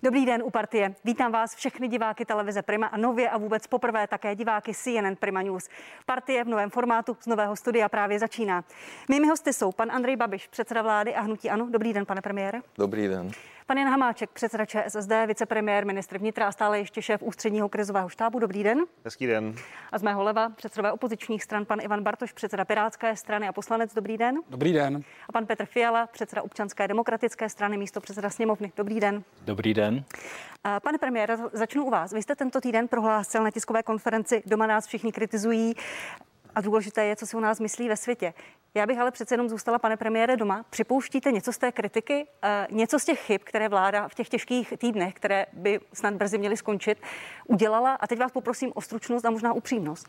Dobrý den u Partie. Vítám vás všechny diváky televize Prima a nově a vůbec poprvé také diváky CNN Prima News. Partie v novém formátu z nového studia právě začíná. Mými hosty jsou pan Andrej Babiš, předseda vlády a hnutí ANO. Dobrý den, pane premiére. Dobrý den. Pan Jan Hamáček, předseda ČSSD, vicepremiér, ministr vnitra a stále ještě šéf ústředního krizového štábu. Dobrý den. Hezký den. A z mého leva předsedové opozičních stran pan Ivan Bartoš, předseda Pirátské strany a poslanec. Dobrý den. Dobrý den. A pan Petr Fiala, předseda Občanské demokratické strany, místopředseda sněmovny. Dobrý den. Dobrý den. Pane premiére, začnu u vás. Vy jste tento týden prohlásil na tiskové konferenci: doma nás všichni kritizují a důležité je, co si o nás myslí ve světě. Já bych ale přece jenom zůstala, pane premiére, doma. Připouštíte něco z té kritiky, něco z těch chyb, které vláda v těch těžkých týdnech, které by snad brzy měly skončit, udělala? A teď vás poprosím o stručnost a možná upřímnost.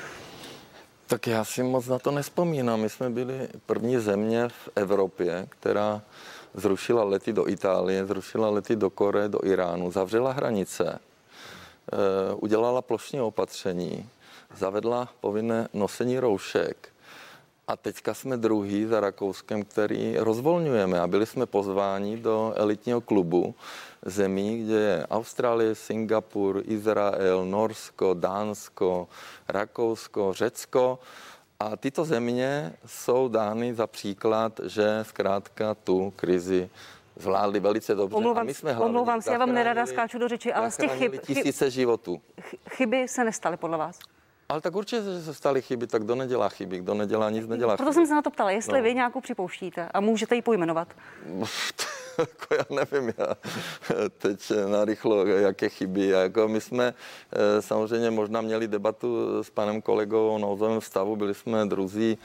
Tak já si moc na to nespomínám. My jsme byli první země v Evropě, která zrušila lety do Itálie, zrušila lety do Koreje, do Iránu, zavřela hranice, udělala plošné opatření, zavedla povinné nosení roušek. A teďka jsme druhý za Rakouskem, který rozvolňujeme a byli jsme pozváni do elitního klubu zemí, kde je Austrálie, Singapur, Izrael, Norsko, Dánsko, Rakousko, Řecko. A tyto země jsou dány za příklad, že zkrátka tu krizi zvládli velice dobře. Omlouvám se, já vám nerada skáču do řeči, ale z těch chyb... tisíce životů. Chyby se nestaly podle vás? Ale tak určitě, že se staly chyby, tak kdo nedělá chyby, kdo nedělá nic, nedělá Proto chyby. jsem se na to ptala, jestli vy nějakou připouštíte a můžete ji pojmenovat. Jako já nevím, já teď narychlo, jaké chyby. Jako my jsme samozřejmě možná měli debatu s panem kolegou o nouzovém stavu, byli jsme druzí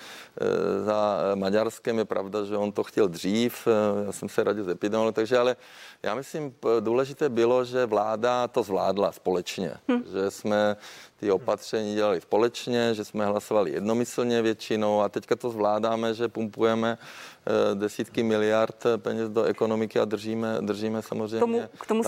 za Maďarskem, je pravda, že on to chtěl dřív, já jsem se radil s epidemiologem, takže ale já myslím, důležité bylo, že vláda to zvládla společně, že jsme ty opatření dělali společně, že jsme hlasovali jednomyslně většinou a teďka to zvládáme, že pumpujeme desítky miliard peněz do ekonomiky a držíme samozřejmě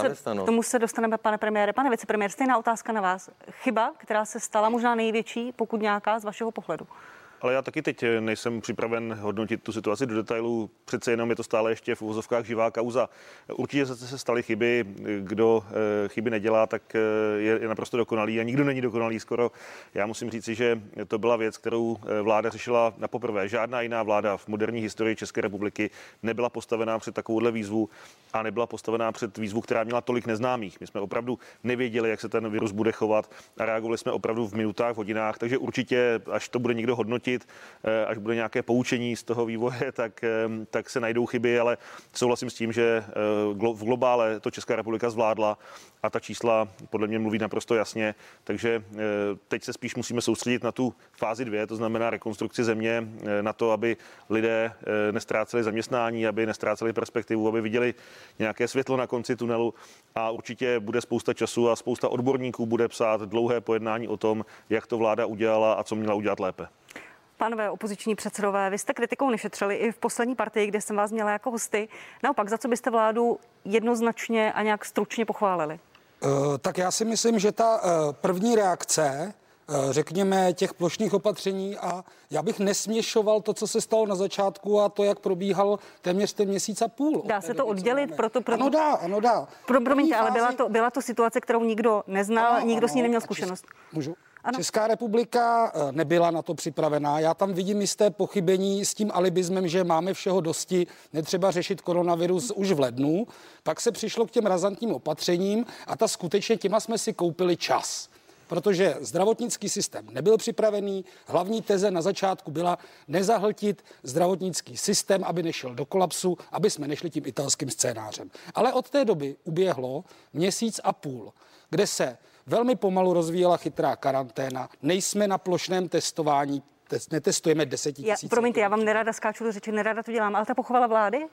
k tomu se dostaneme, pane premiére. Pane vicepremiér, stejná otázka na vás. Chyba, která se stala možná největší, pokud nějaká z vašeho pohledu? Ale já taky teď nejsem připraven hodnotit tu situaci do detailů. Přece jenom je to stále ještě v uvozovkách živá kauza. Určitě se staly chyby. Kdo chyby nedělá, tak je naprosto dokonalý a nikdo není dokonalý skoro. Já musím říci, že to byla věc, kterou vláda řešila napoprvé. Žádná jiná vláda v moderní historii České republiky nebyla postavená před takovouhle výzvu a nebyla postavená před výzvu, která měla tolik neznámých. My jsme opravdu nevěděli, jak se ten virus bude chovat a reagovali jsme opravdu v minutách, v hodinách, takže určitě, až to bude někdo hodnotit, až bude nějaké poučení z toho vývoje, tak se najdou chyby, ale souhlasím s tím, že v globále to Česká republika zvládla a ta čísla podle mě mluví naprosto jasně, takže teď se spíš musíme soustředit na tu fázi 2, to znamená rekonstrukci země, na to, aby lidé nestráceli zaměstnání, aby nestráceli perspektivu, aby viděli nějaké světlo na konci tunelu a určitě bude spousta času a spousta odborníků bude psát dlouhé pojednání o tom, jak to vláda udělala a co měla udělat lépe. Pánové opoziční předsedové, vy jste kritikou nešetřili i v poslední Partii, kde jsem vás měla jako hosty. Naopak, za co byste vládu jednoznačně a nějak stručně pochválili? Tak já si myslím, že ta první reakce, řekněme, těch plošných opatření a já bych nesměšoval to, co se stalo na začátku a to, jak probíhal téměř ten měsíc a půl. Dá se to oddělit? Ano, dá. Promiňte, ale byla to situace, kterou nikdo neznal, nikdo s ní neměl zkušenost. Můžu? Ano. Česká republika nebyla na to připravená. Já tam vidím jisté pochybení s tím alibismem, že máme všeho dosti, netřeba řešit koronavirus už v lednu. Pak se přišlo k těm razantním opatřením a ta skutečně těma jsme si koupili čas. Protože zdravotnický systém nebyl připravený. Hlavní teze na začátku byla nezahltit zdravotnický systém, aby nešel do kolapsu, aby jsme nešli tím italským scénářem. Ale od té doby uběhlo měsíc a půl, kde se velmi pomalu rozvíjela chytrá karanténa. Nejsme na plošném testování, netestujeme 10 000. Promiňte, já vám nerada skáču do řeči, nerada to dělám, ale ta pochvala vlády?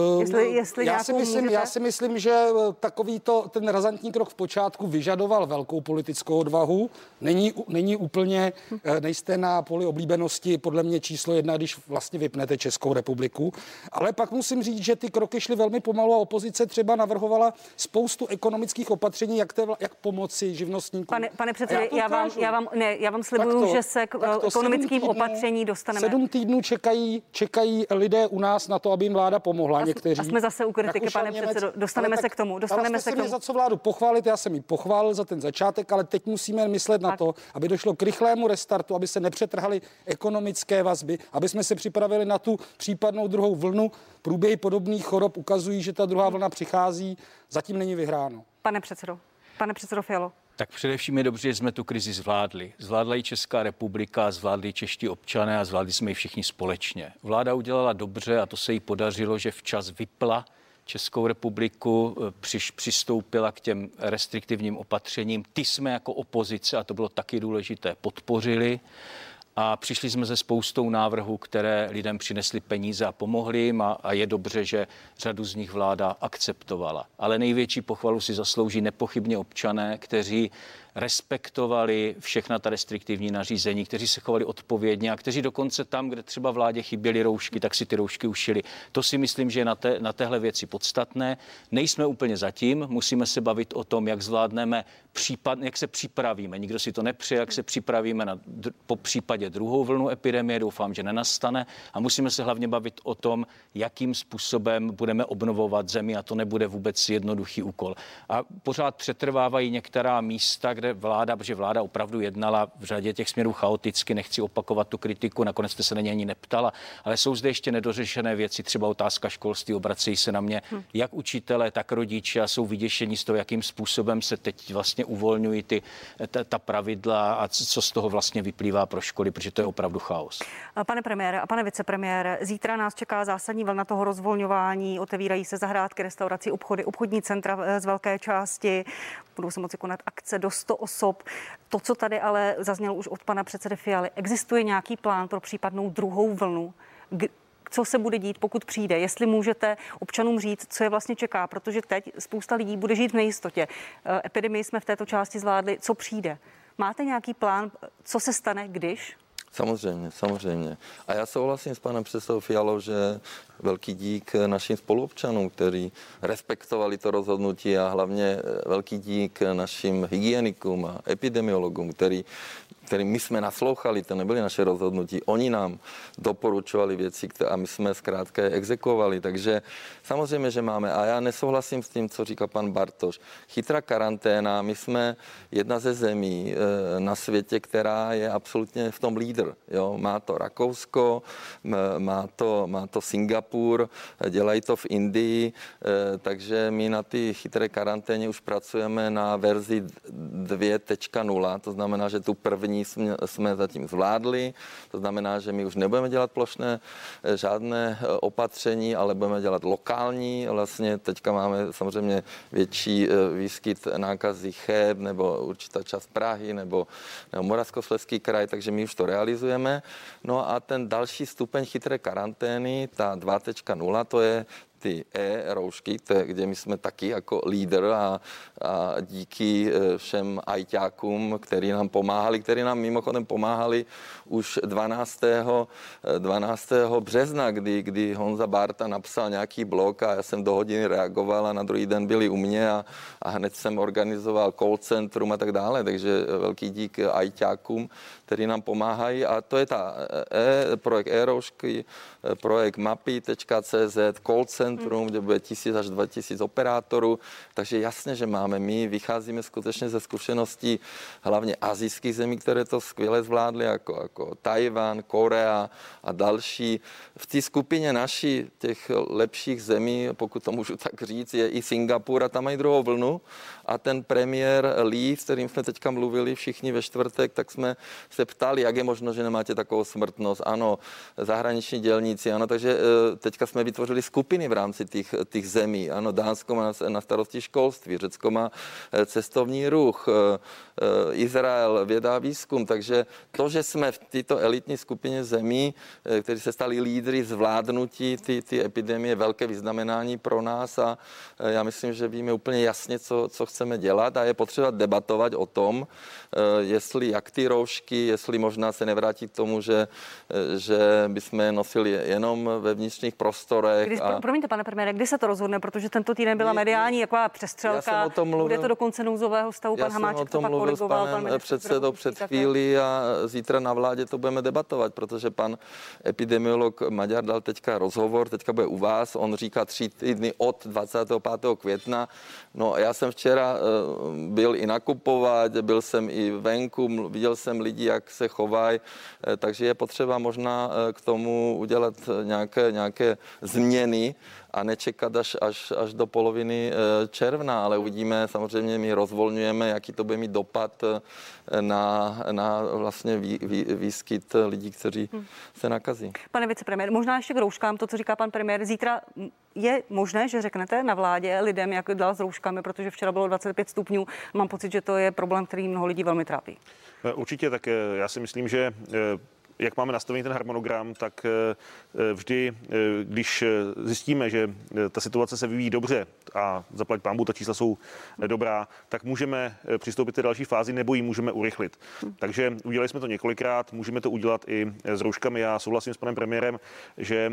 Já si myslím, že ten razantní krok v počátku vyžadoval velkou politickou odvahu. Není úplně, nejste na poli oblíbenosti podle mě číslo 1, když vlastně vypnete Českou republiku. Ale pak musím říct, že ty kroky šly velmi pomalu a opozice třeba navrhovala spoustu ekonomických opatření, jak pomoci živnostníkům. Pane předsedo, já vám slibuju, že se k ekonomickým opatření dostaneme. 7 týdnů čekají lidé u nás na to, aby jim vláda pomohla. pomohla. Někteří. A jsme zase u kritiky, pane předsedo. Dostaneme se k tomu. Dostaneme se k tomu. Za co vládu pochválit, já jsem ji pochválil za ten začátek, ale teď musíme myslet na to, aby došlo k rychlému restartu, aby se nepřetrhaly ekonomické vazby, aby jsme se připravili na tu případnou druhou vlnu. Průběhy podobných chorob ukazují, že ta druhá vlna přichází, zatím není vyhráno. Pane předsedo Fialo. Tak především je dobře, že jsme tu krizi zvládli. Zvládla ji Česká republika, zvládli čeští občané a zvládli jsme ji všichni společně. Vláda udělala dobře a to se jí podařilo, že včas vypla Českou republiku, přistoupila k těm restriktivním opatřením. Ty jsme jako opozice, a to bylo taky důležité, podpořili. A přišli jsme se spoustou návrhů, které lidem přinesly peníze a pomohly jim a je dobře, že řadu z nich vláda akceptovala. Ale největší pochvalu si zaslouží nepochybně občané, kteří respektovali všechna ta restriktivní nařízení, kteří se chovali odpovědně a kteří dokonce tam, kde třeba vládě chyběly roušky, tak si ty roušky ušili. To si myslím, že je na téhle věci podstatné. Nejsme úplně zatím, musíme se bavit o tom, jak zvládneme jak se připravíme. Nikdo si to nepřeje, jak se připravíme po případě druhou vlnu epidemie, doufám, že nenastane. A musíme se hlavně bavit o tom, jakým způsobem budeme obnovovat zemi a to nebude vůbec jednoduchý úkol. A pořád přetrvávají některá místa, kde protože vláda opravdu jednala v řadě těch směrů chaoticky, nechci opakovat tu kritiku, nakonec jste se na ně ani neptala, ale jsou zde ještě nedořešené věci, třeba otázka školství, obracejí se na mě jak učitelé, tak rodiče a jsou vyděšení z toho, jakým způsobem se teď vlastně uvolňují ta pravidla a co z toho vlastně vyplývá pro školy, protože to je opravdu chaos. Pane premiére a pane vicepremiére, zítra nás čeká zásadní vlna toho rozvolňování, otevírají se zahrádky, restauraci, obchody, obchodní centra z velké části, budou se moci konat akce do 100 osob. To, co tady ale zaznělo už od pana předsedy Fialy, existuje nějaký plán pro případnou druhou vlnu? Co se bude dít, pokud přijde? Jestli můžete občanům říct, co je vlastně čeká, protože teď spousta lidí bude žít v nejistotě. Epidemii jsme v této části zvládli, co přijde? Máte nějaký plán, co se stane, když? Samozřejmě. A já souhlasím s panem předsedou Fialou, že velký dík našim spoluobčanům, kteří respektovali to rozhodnutí a hlavně velký dík našim hygienikům a epidemiologům, kterým my jsme naslouchali, to nebyly naše rozhodnutí. Oni nám doporučovali věci a my jsme zkrátka exekuovali. Takže samozřejmě, že máme. A já nesouhlasím s tím, co říká pan Bartoš. Chytrá karanténa, my jsme jedna ze zemí na světě, která je absolutně v tom lídr. Jo? Má to Rakousko, má to Singapur, dělají to v Indii, takže my na ty chytré karanténě už pracujeme na verzi 2.0, to znamená, že tu první jsme zatím zvládli, to znamená, že my už nebudeme dělat plošné žádné opatření, ale budeme dělat lokální. Vlastně teďka máme samozřejmě větší výskyt nákazy Cheb nebo určitá část Prahy nebo Moravskoslezský kraj, takže my už to realizujeme. No a ten další stupeň chytré karantény, ta 2.0, to je ty roušky, kde my jsme taky jako lídr a díky všem ajťákům, kteří nám mimochodem pomáhali už 12. března, kdy Honza Bárta napsal nějaký blog a já jsem do hodiny reagoval a na druhý den byli u mě a hned jsem organizoval call centrum a tak dále, takže velký dík ajťákům, kteří nám pomáhají a to je projekt e-roušky, projekt mapy.cz, call centrum, kde bude 1000 až 2000 operátorů, takže jasně, že máme. My vycházíme skutečně ze zkušeností hlavně asijských zemí, které to skvěle zvládly, jako Tajvan, Korea a další. V té skupině naší, těch lepších zemí, pokud to můžu tak říct, je i Singapur a tam mají druhou vlnu a ten premiér Lee, s kterým jsme teďka mluvili všichni ve čtvrtek, tak jsme se ptali, jak je možno, že nemáte takovou smrtnost. Ano, zahraniční dělníci, ano, takže teďka jsme vytvořili skupiny v rámci těch zemí. Ano, Dánsko má na starosti školství, Řecko má cestovní ruch, Izrael, věda a výzkum, takže to, že jsme v této elitní skupině zemí, kteří se stali lídry zvládnutí ty epidemie, velké vyznamenání pro nás a já myslím, že víme úplně jasně, co chceme dělat a je potřeba debatovat o tom, jak ty roušky, jestli možná se nevrátí k tomu, že bychom nosili jenom ve vnitřních prostorech. Promiňte, pane premiére, kdy se to rozhodne, protože tento týden byla mediální taková přestřelka, bude to do konce nouzového stavu, pan Hamáček to pak korigoval, pan předsedou před chvílí a zítra na vládě to budeme debatovat, protože pan epidemiolog Maďar dal teďka rozhovor, teďka bude u vás, on říká 3 týdny od 25. května. No já jsem včera byl i nakupovat, byl jsem i venku, viděl jsem lidi, jak se chovají, takže je potřeba možná k tomu udělat nějaké změny a nečekat až do poloviny června, ale uvidíme, samozřejmě my rozvolňujeme, jaký to bude mít dopad na vlastně výskyt lidí, kteří se nakazí. Pane vicepremiér, možná ještě k rouškám, to, co říká pan premiér, zítra je možné, že řeknete na vládě lidem, jak dál s rouškami, protože včera bylo 25 stupňů, mám pocit, že to je problém, který mnoho lidí velmi trápí. Určitě, tak já si myslím, že jak máme nastavený ten harmonogram, tak vždy, když zjistíme, že ta situace se vyvíjí dobře a zaplať pánbůh, ta čísla jsou dobrá, tak můžeme přistoupit k další fázi nebo ji můžeme urychlit. Takže udělali jsme to několikrát, můžeme to udělat i s rouškami. Já souhlasím s panem premiérem, že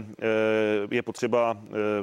je potřeba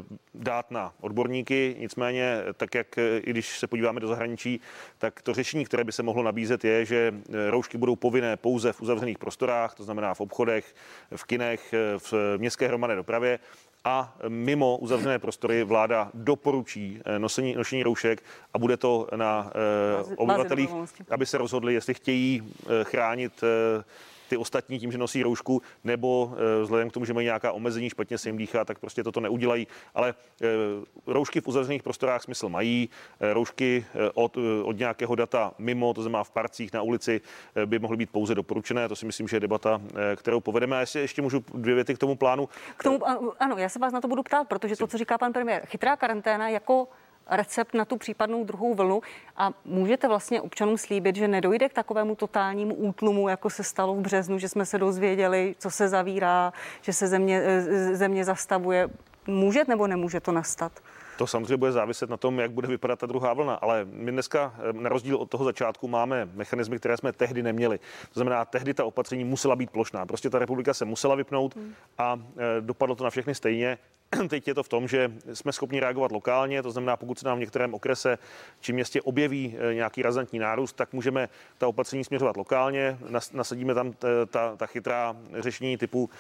dát na odborníky, nicméně tak, jak i když se podíváme do zahraničí, tak to řešení, které by se mohlo nabízet, je, že roušky budou povinné pouze v uzavřených prostorách, to znamená v obchodech, v kinech, v městské hromadné dopravě a mimo uzavřené prostory vláda doporučí nošení roušek a bude to na obyvatelích, aby se rozhodli, jestli chtějí chránit ty ostatní tím, že nosí roušku, nebo vzhledem k tomu, že mají nějaká omezení, špatně se jim dýchá, tak prostě toto neudělají. Ale roušky v uzavřených prostorách smysl mají. Roušky od nějakého data mimo, to znamená v parcích na ulici, by mohly být pouze doporučené. To si myslím, že je debata, kterou povedeme. A ještě můžu 2 věty k tomu plánu. Ano, já se vás na to budu ptát, protože to, co říká pan premiér, chytrá karanténa jako recept na tu případnou druhou vlnu a můžete vlastně občanům slíbit, že nedojde k takovému totálnímu útlumu, jako se stalo v březnu, že jsme se dozvěděli, co se zavírá, že se země zastavuje. Může nebo nemůže to nastat? To samozřejmě bude záviset na tom, jak bude vypadat ta druhá vlna, ale my dneska na rozdíl od toho začátku máme mechanismy, které jsme tehdy neměli. To znamená, tehdy ta opatření musela být plošná. Prostě ta republika se musela vypnout a dopadlo to na všechny stejně. Teď je to v tom, že jsme schopni reagovat lokálně, to znamená, pokud se nám v některém okrese či městě objeví nějaký razantní nárůst, tak můžeme ta opatření směřovat lokálně, nasadíme tam ta chytrá řešení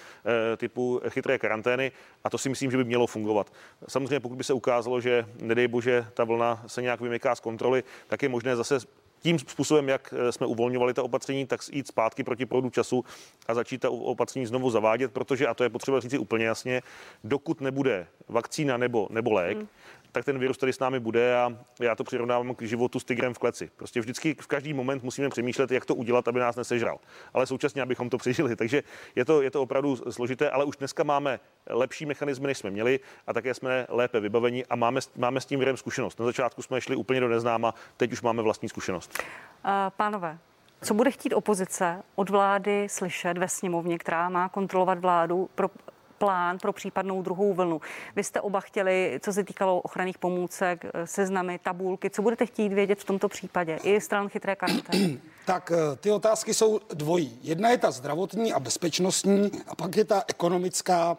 typu chytré karantény a to si myslím, že by mělo fungovat. Samozřejmě, pokud by se ukázalo, že nedej bože ta vlna se nějak vymyká z kontroly, tak je možné zase tím způsobem, jak jsme uvolňovali ta opatření, tak jít zpátky proti proudu času a začít ta opatření znovu zavádět, protože, a to je potřeba říct úplně jasně, dokud nebude vakcína nebo lék, tak ten virus tady s námi bude a já to přirovnávám k životu s tigrem v kleci. Prostě vždycky v každý moment musíme přemýšlet, jak to udělat, aby nás nesežral. Ale současně, abychom to přežili. Takže je to opravdu složité, ale už dneska máme lepší mechanismy, než jsme měli a také jsme lépe vybaveni a máme s tím virem zkušenost. Na začátku jsme šli úplně do neznáma, teď už máme vlastní zkušenost. Pánové, co bude chtít opozice od vlády slyšet ve sněmovně, která má kontrolovat vládu pro plán pro případnou druhou vlnu? Vy jste oba chtěli, co se týkalo ochranných pomůcek, seznamy, tabulky. Co budete chtít vědět v tomto případě? I stran chytré karantény. Tak ty otázky jsou dvojí. Jedna je ta zdravotní a bezpečnostní a pak je ta ekonomická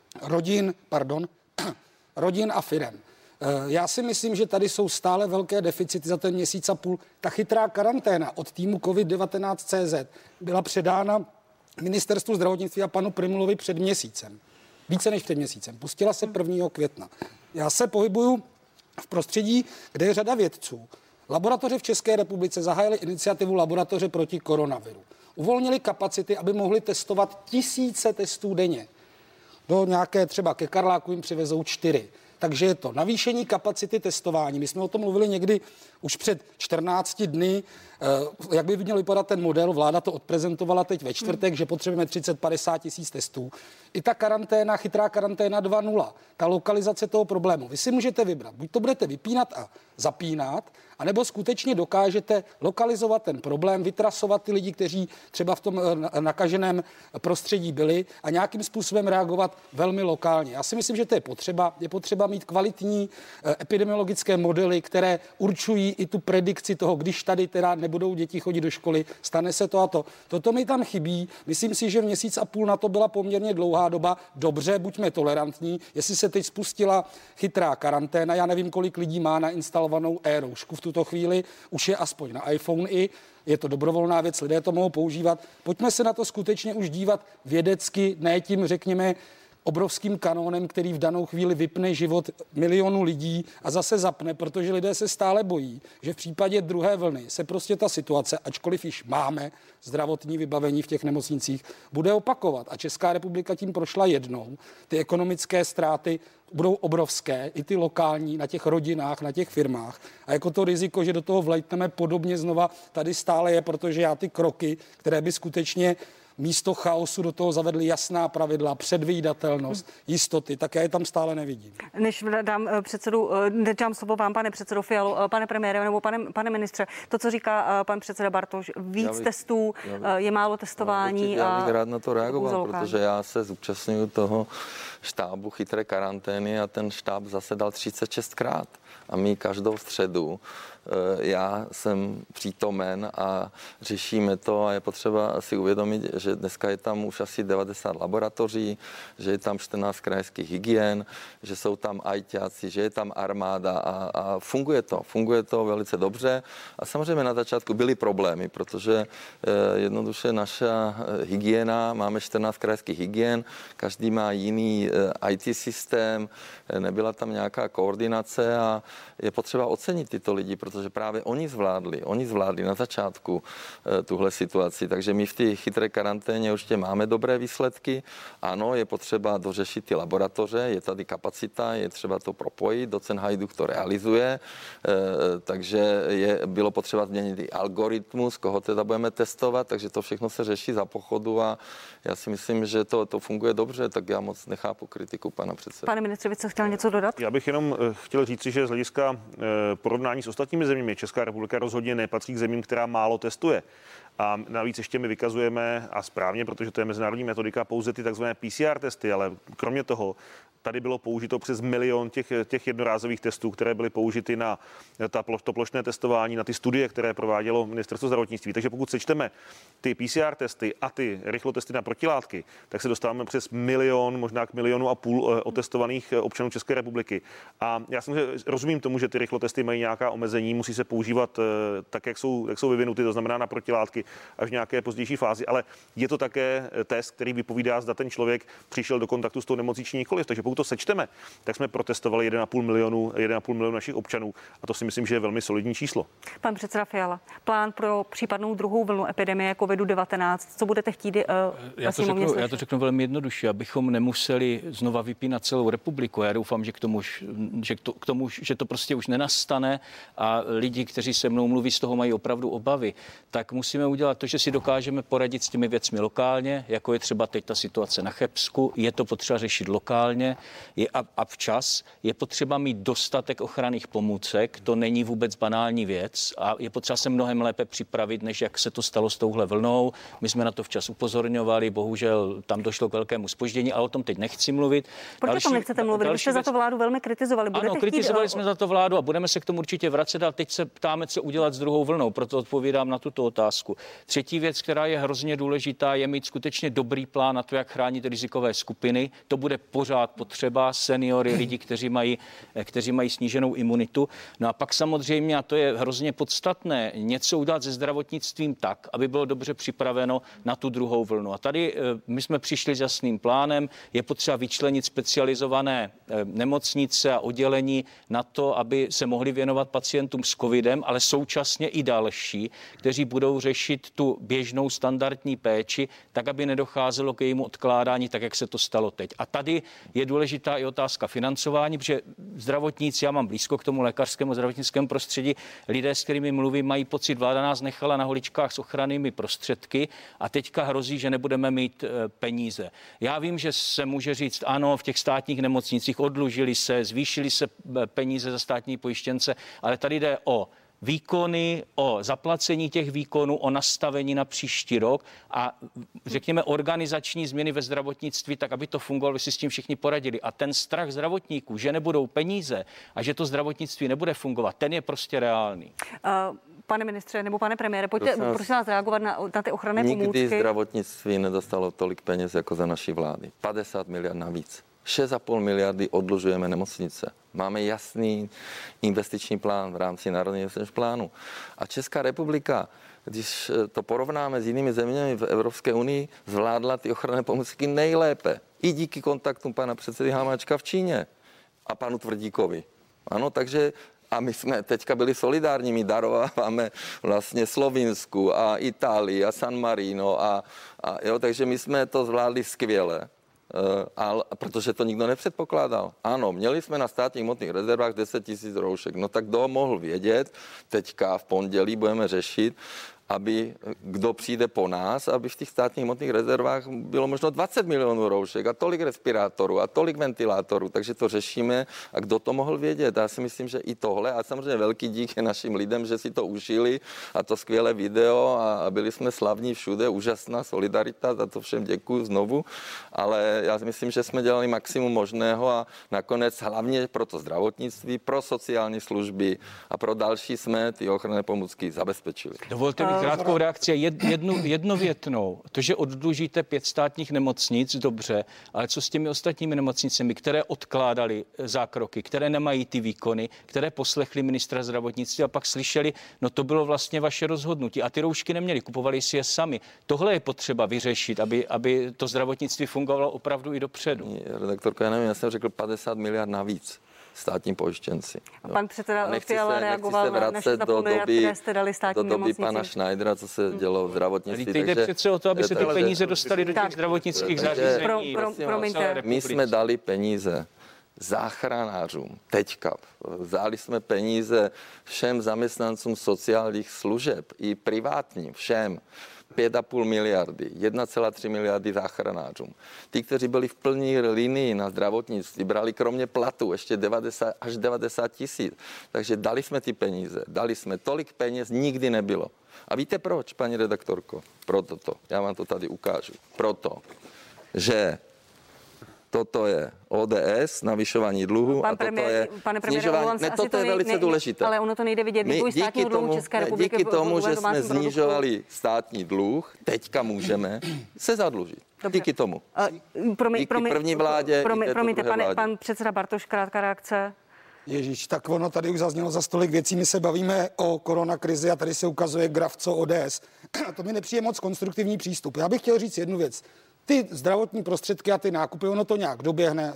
rodin a firem. Já si myslím, že tady jsou stále velké deficity za ten měsíc a půl. Ta chytrá karanténa od týmu COVID-19.cz byla předána Ministerstvu zdravotnictví a panu Prymulovi před měsícem. Více než před měsícem. Pustila se 1. května. Já se pohybuju v prostředí, kde je řada vědců. Laboratoře v České republice zahájily iniciativu laboratoře proti koronaviru. Uvolnili kapacity, aby mohli testovat 1000 testů denně. Do nějaké třeba ke Karláku jim přivezou 4. Takže je to navýšení kapacity testování. My jsme o tom mluvili někdy už před 14 dny, jak by měl vypadat ten model. Vláda to odprezentovala teď ve čtvrtek, že potřebujeme 30-50 tisíc testů. I ta karanténa, chytrá karanténa 2.0, ta lokalizace toho problému. Vy si můžete vybrat, buď to budete vypínat a zapínat, anebo skutečně dokážete lokalizovat ten problém, vytrasovat ty lidi, kteří třeba v tom nakaženém prostředí byli a nějakým způsobem reagovat velmi lokálně. Já si myslím, že to je potřeba. Je potřeba mít kvalitní epidemiologické modely, které určují i tu predikci toho, když tady teda nebudou děti chodit do školy, stane se to a to. Toto mi tam chybí. Myslím si, že měsíc a půl na to byla poměrně dlouhá doba. Dobře, buďme tolerantní. Jestli se teď spustila chytrá karanténa, já nevím, kolik lidí má nainstalovanou e-roušku v tuto chvíli, už je aspoň na iPhone i, je to dobrovolná věc, lidé to mohou používat. Pojďme se na to skutečně už dívat vědecky, ne tím, řekněme, obrovským kanónem, který v danou chvíli vypne život milionů lidí a zase zapne, protože lidé se stále bojí, že v případě druhé vlny se prostě ta situace, ačkoliv již máme zdravotní vybavení v těch nemocnicích, bude opakovat. A Česká republika tím prošla jednou. Ty ekonomické ztráty budou obrovské, i ty lokální, na těch rodinách, na těch firmách. A jako to riziko, že do toho vlejtneme podobně znova, tady stále je, protože já ty kroky, které by skutečně místo chaosu do toho zavedli jasná pravidla, předvídatelnost, jistoty, tak já je tam stále nevidím. Než dám slovo vám, pane předsedo Fialo, pane premiére nebo pane ministře, to, co říká pan předseda Bartoš, víc testů, je málo testování. Já bych rád na to reagoval, protože já se zúčastňuju toho štábu chytré karantény a ten štáb zasedal 36krát. A my každou středu já jsem přítomen a řešíme to a je potřeba si uvědomit, že dneska je tam už asi 90 laboratoří, že je tam 14 krajských hygien, že jsou tam ajťáci, že je tam armáda a funguje to velice dobře. A samozřejmě na začátku byly problémy, protože jednoduše naša hygiena, máme 14 krajských hygien, každý má jiný IT systém, nebyla tam nějaká koordinace a je potřeba ocenit tyto lidi, protože právě oni zvládli na začátku tuhle situaci. Takže my v té chytré karanténě určitě máme dobré výsledky. Ano, je potřeba dořešit ty laboratoře, je tady kapacita, je třeba to propojit, docent Hajduk to realizuje, takže bylo potřeba změnit i algoritmus, koho teda budeme testovat, takže to všechno se řeší za pochodu a já si myslím, že to funguje dobře, tak já moc nechápu kritiku pana předsedy. Pane ministře, vy jste chtěl něco dodat? Já bych jenom chtěl říci, že z hlediska porovnání s ostatními zeměmi Česká republika rozhodně nepatří k zemím, která málo testuje. A navíc ještě my vykazujeme, a správně, protože to je mezinárodní metodika, pouze ty takzvané PCR testy, ale kromě toho tady bylo použito přes 1 milion těch jednorázových testů, které byly použity na to plošné testování, na ty studie, které provádělo Ministerstvo zdravotnictví. Takže pokud sečteme ty PCR testy a ty rychlotesty na protilátky, tak se dostáváme přes 1 milion, možná k 1,5 milionu otestovaných občanů České republiky. A já samozřejmě rozumím tomu, že ty rychlotesty mají nějaká omezení, musí se používat tak, jak jsou vyvinuty, to znamená na protilátky až v nějaké pozdější fázi, ale je to také test, který vypovídá, zda ten člověk přišel do kontaktu s tou nemocí či nikoliv. Takže pokud to sečteme, tak jsme protestovali 1,5 milionu našich občanů a to si myslím, že je velmi solidní číslo. Pan předseda Fiala, plán pro případnou druhou vlnu epidemie COVID-19, co budete chtít Já to řeknu velmi jednoduše, abychom nemuseli znova vypínat celou republiku. Já doufám, že to prostě už nenastane a lidi, kteří se mnou mluví, z toho mají opravdu obavy, tak musíme udělat to, že si dokážeme poradit s těmi věcmi lokálně, jako je třeba teď ta situace na Chebsku, je to potřeba řešit lokálně a včas. Je potřeba mít dostatek ochranných pomůcek, to není vůbec banální věc a je potřeba se mnohem lépe připravit, než jak se to stalo s touhle vlnou. My jsme na to včas upozorňovali, bohužel tam došlo k velkému zpoždění, ale o tom teď nechci mluvit. Proč o tom nechcete mluvit? Vy jste za to vládu velmi kritizovali. Ano, kritizovali jsme za to vládu a budeme se k tomu určitě vracet, a teď se ptáme, co udělat s druhou vlnou, proto odpovídám na tuto otázku. Třetí věc, která je hrozně důležitá, je mít skutečně dobrý plán na to, jak chránit rizikové skupiny. To bude pořád potřeba, seniory, lidi, kteří mají sníženou imunitu. No a pak samozřejmě, a to je hrozně podstatné, něco udělat se zdravotnictvím tak, aby bylo dobře připraveno na tu druhou vlnu. A tady my jsme přišli s jasným plánem, je potřeba vyčlenit specializované nemocnice a oddělení na to, aby se mohli věnovat pacientům s covidem, ale současně i další, kteří budou řešit tu běžnou standardní péči, tak, aby nedocházelo k jejímu odkládání, tak, jak se to stalo teď. A tady je důležitá i otázka financování, protože zdravotníci, já mám blízko k tomu lékařskému zdravotnickému prostředí, lidé, s kterými mluvím, mají pocit, vláda nás nechala na holičkách s ochrannými prostředky a teďka hrozí, že nebudeme mít peníze. Já vím, že se může říct, ano, v těch státních nemocnicích odlužili se, zvýšili se peníze za státní pojištěnce, ale tady jde o výkony, o zaplacení těch výkonů, o nastavení na příští rok a řekněme organizační změny ve zdravotnictví, tak aby to fungovalo, aby si s tím všichni poradili. A ten strach zdravotníků, že nebudou peníze a že to zdravotnictví nebude fungovat, ten je prostě reálný. Pane ministře nebo pane premiére, pojďte prosím vás reagovat na ty ochranné pomůcky. Nikdy zdravotnictví nedostalo tolik peněz jako za naší vlády. 50 miliard navíc. 6,5 miliardy odlužujeme nemocnice. Máme jasný investiční plán v rámci Národního investičního plánu. A Česká republika, když to porovnáme s jinými zeměmi v Evropské unii, zvládla ty ochranné pomůcky nejlépe. I díky kontaktům pana předsedy Hamáčka v Číně a panu Tvrdíkovi. Ano, takže a my jsme teďka byli solidární, my darováváme vlastně Slovinsku a Itálii a San Marino a jo, takže my jsme to zvládli skvěle. Protože to nikdo nepředpokládal. Ano, měli jsme na státních hmotných rezervách 10 000 roušek. No tak kdo mohl vědět, teďka v pondělí budeme řešit, aby kdo přijde po nás, aby v těch státních hmotných rezervách bylo možno 20 milionů roušek a tolik respirátorů a tolik ventilátorů, takže to řešíme a kdo to mohl vědět. Já si myslím, že i tohle a samozřejmě velký dík je našim lidem, že si to užili a to skvělé video a byli jsme slavní všude, úžasná solidarita, za to všem děkuju znovu, ale já myslím, že jsme dělali maximum možného a nakonec hlavně pro to zdravotnictví, pro sociální služby a pro další jsme ty ochranné pomůcky zabezpečili. Dovolte mi krátkou reakci, jednovětnou. To, že oddlužíte 5 státních nemocnic, dobře, ale co s těmi ostatními nemocnicemi, které odkládali zákroky, které nemají ty výkony, které poslechli ministra zdravotnictví a pak slyšeli, no to bylo vlastně vaše rozhodnutí a ty roušky neměli, kupovali si je sami. Tohle je potřeba vyřešit, aby to zdravotnictví fungovalo opravdu i dopředu. Redaktorko, já nevím, já jsem řekl 50 miliard navíc státní pojištěnci. A pan předseda Fiala reagoval na naše miliard, které jste dali státní nemocnici. Do doby pana Schneidera, co se dělo v zdravotnictví. Teď jde přece o to, aby se ty peníze dostaly do těch zdravotnických zařízení. My jsme dali peníze záchranářům teďka. Dali jsme peníze všem zaměstnancům sociálních služeb i privátním, všem. 5,5 miliardy, 1,3 miliardy záchranářům. Ty, kteří byli v plní linii na zdravotnictví, brali kromě platu ještě 90 tisíc. Takže dali jsme ty peníze, dali jsme tolik peněz, nikdy nebylo. A víte proč, paní redaktorko? Proto to. Já vám to tady ukážu. Proto, že toto je ODS, navyšování dluhu a toto je snižování. Ne, toto je velice důležité. Ale ono to nejde vidět. Díky tomu, že jsme snižovali státní dluh, teďka můžeme se zadlužit. Dobře. Díky tomu. Díky první vládě. Promiňte, pan předseda Bartoš, krátká reakce. Ježíš, tak ono tady už zaznělo za stolik věcí. My se bavíme o koronakrizi a tady se ukazuje graf, co ODS. A to mi nepřijde moc konstruktivní přístup. Já bych chtěl říct jednu věc. Ty zdravotní prostředky a ty nákupy, ono to nějak doběhne,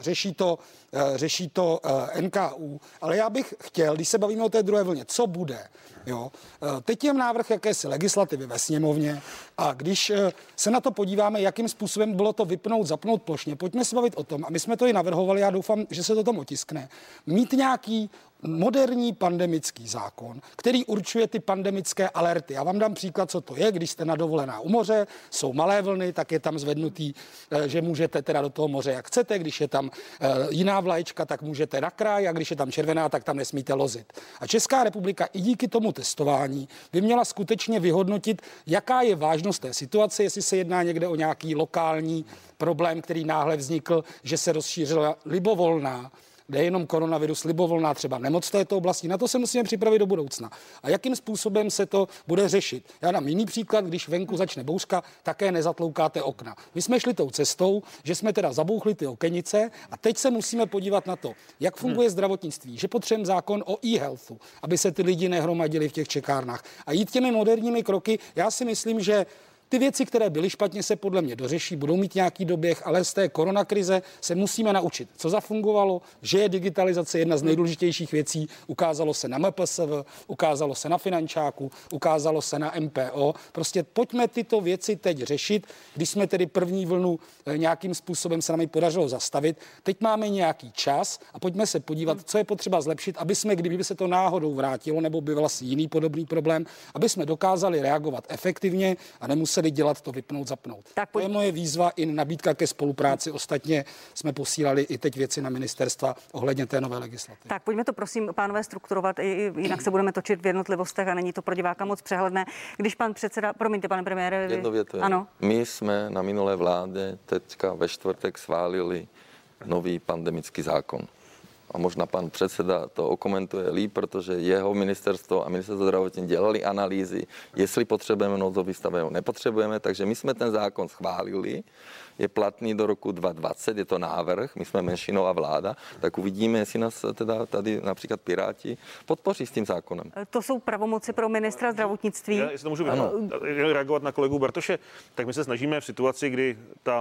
řeší to NKÚ, ale já bych chtěl, když se bavíme o té druhé vlně, co bude, jo? Teď je návrh jakési legislativy ve sněmovně a když se na to podíváme, jakým způsobem bylo to vypnout, zapnout plošně, pojďme se bavit o tom, a my jsme to i navrhovali, já doufám, že se to tam otiskne, mít nějaký moderní pandemický zákon, který určuje ty pandemické alerty. Já vám dám příklad, co to je, když jste na dovolená u moře, jsou malé vlny, tak je tam zvednutý, že můžete teda do toho moře, jak chcete, když je tam jiná vlaječka, tak můžete na kraj a když je tam červená, tak tam nesmíte lozit. A Česká republika i díky tomu testování by měla skutečně vyhodnotit, jaká je vážnost té situace, jestli se jedná někde o nějaký lokální problém, který náhle vznikl, že se rozšířila libovolná, nejenom koronavirus, libovolná třeba nemoc v této oblasti. Na to se musíme připravit do budoucna. A jakým způsobem se to bude řešit? Já dám jiný příklad, když venku začne bouřka, také nezatloukáte okna. My jsme šli tou cestou, že jsme teda zabouchli ty okenice a teď se musíme podívat na to, jak funguje zdravotnictví, že potřebujeme zákon o e-healthu, aby se ty lidi nehromadili v těch čekárnách. A jít těmi moderními kroky, já si myslím, že ty věci, které byly špatně, se podle mě dořeší, budou mít nějaký doběh, ale z té koronakrize se musíme naučit, co zafungovalo, že je digitalizace jedna z nejdůležitějších věcí. Ukázalo se na MPSV, ukázalo se na finančáku, ukázalo se na MPO. Prostě pojďme tyto věci teď řešit, když jsme tedy první vlnu nějakým způsobem se nám ji podařilo zastavit. Teď máme nějaký čas a pojďme se podívat, co je potřeba zlepšit, aby jsme, kdyby se to náhodou vrátilo, nebo by vlastně jiný podobný problém, aby jsme dokázali reagovat efektivně a nemuseli museli dělat to vypnout, zapnout. Tak to je moje výzva i nabídka ke spolupráci. Ostatně jsme posílali i teď věci na ministerstva ohledně té nové legislativy. Tak pojďme to prosím, pánové, strukturovat, jinak se budeme točit v jednotlivostech a není to pro diváka moc přehledné. Když pan předseda, promiňte, pane premiére, Jedno větu. Ano. My jsme na minulé vládě teďka ve čtvrtek schválili nový pandemický zákon. A možná pan předseda to okomentuje líp, protože jeho ministerstvo a ministerstvo zdravotnictví dělali analýzy, jestli potřebujeme nouzový stav, nebo nepotřebujeme, takže my jsme ten zákon schválili, je platný do roku 2020, je to návrh, my jsme menšinová vláda, tak uvidíme, jestli nás teda tady například Piráti podpoří s tím zákonem. To jsou pravomoci pro ministra zdravotnictví. Já jestli to můžu reagovat na kolegu Bartoše, tak my se snažíme v situaci, kdy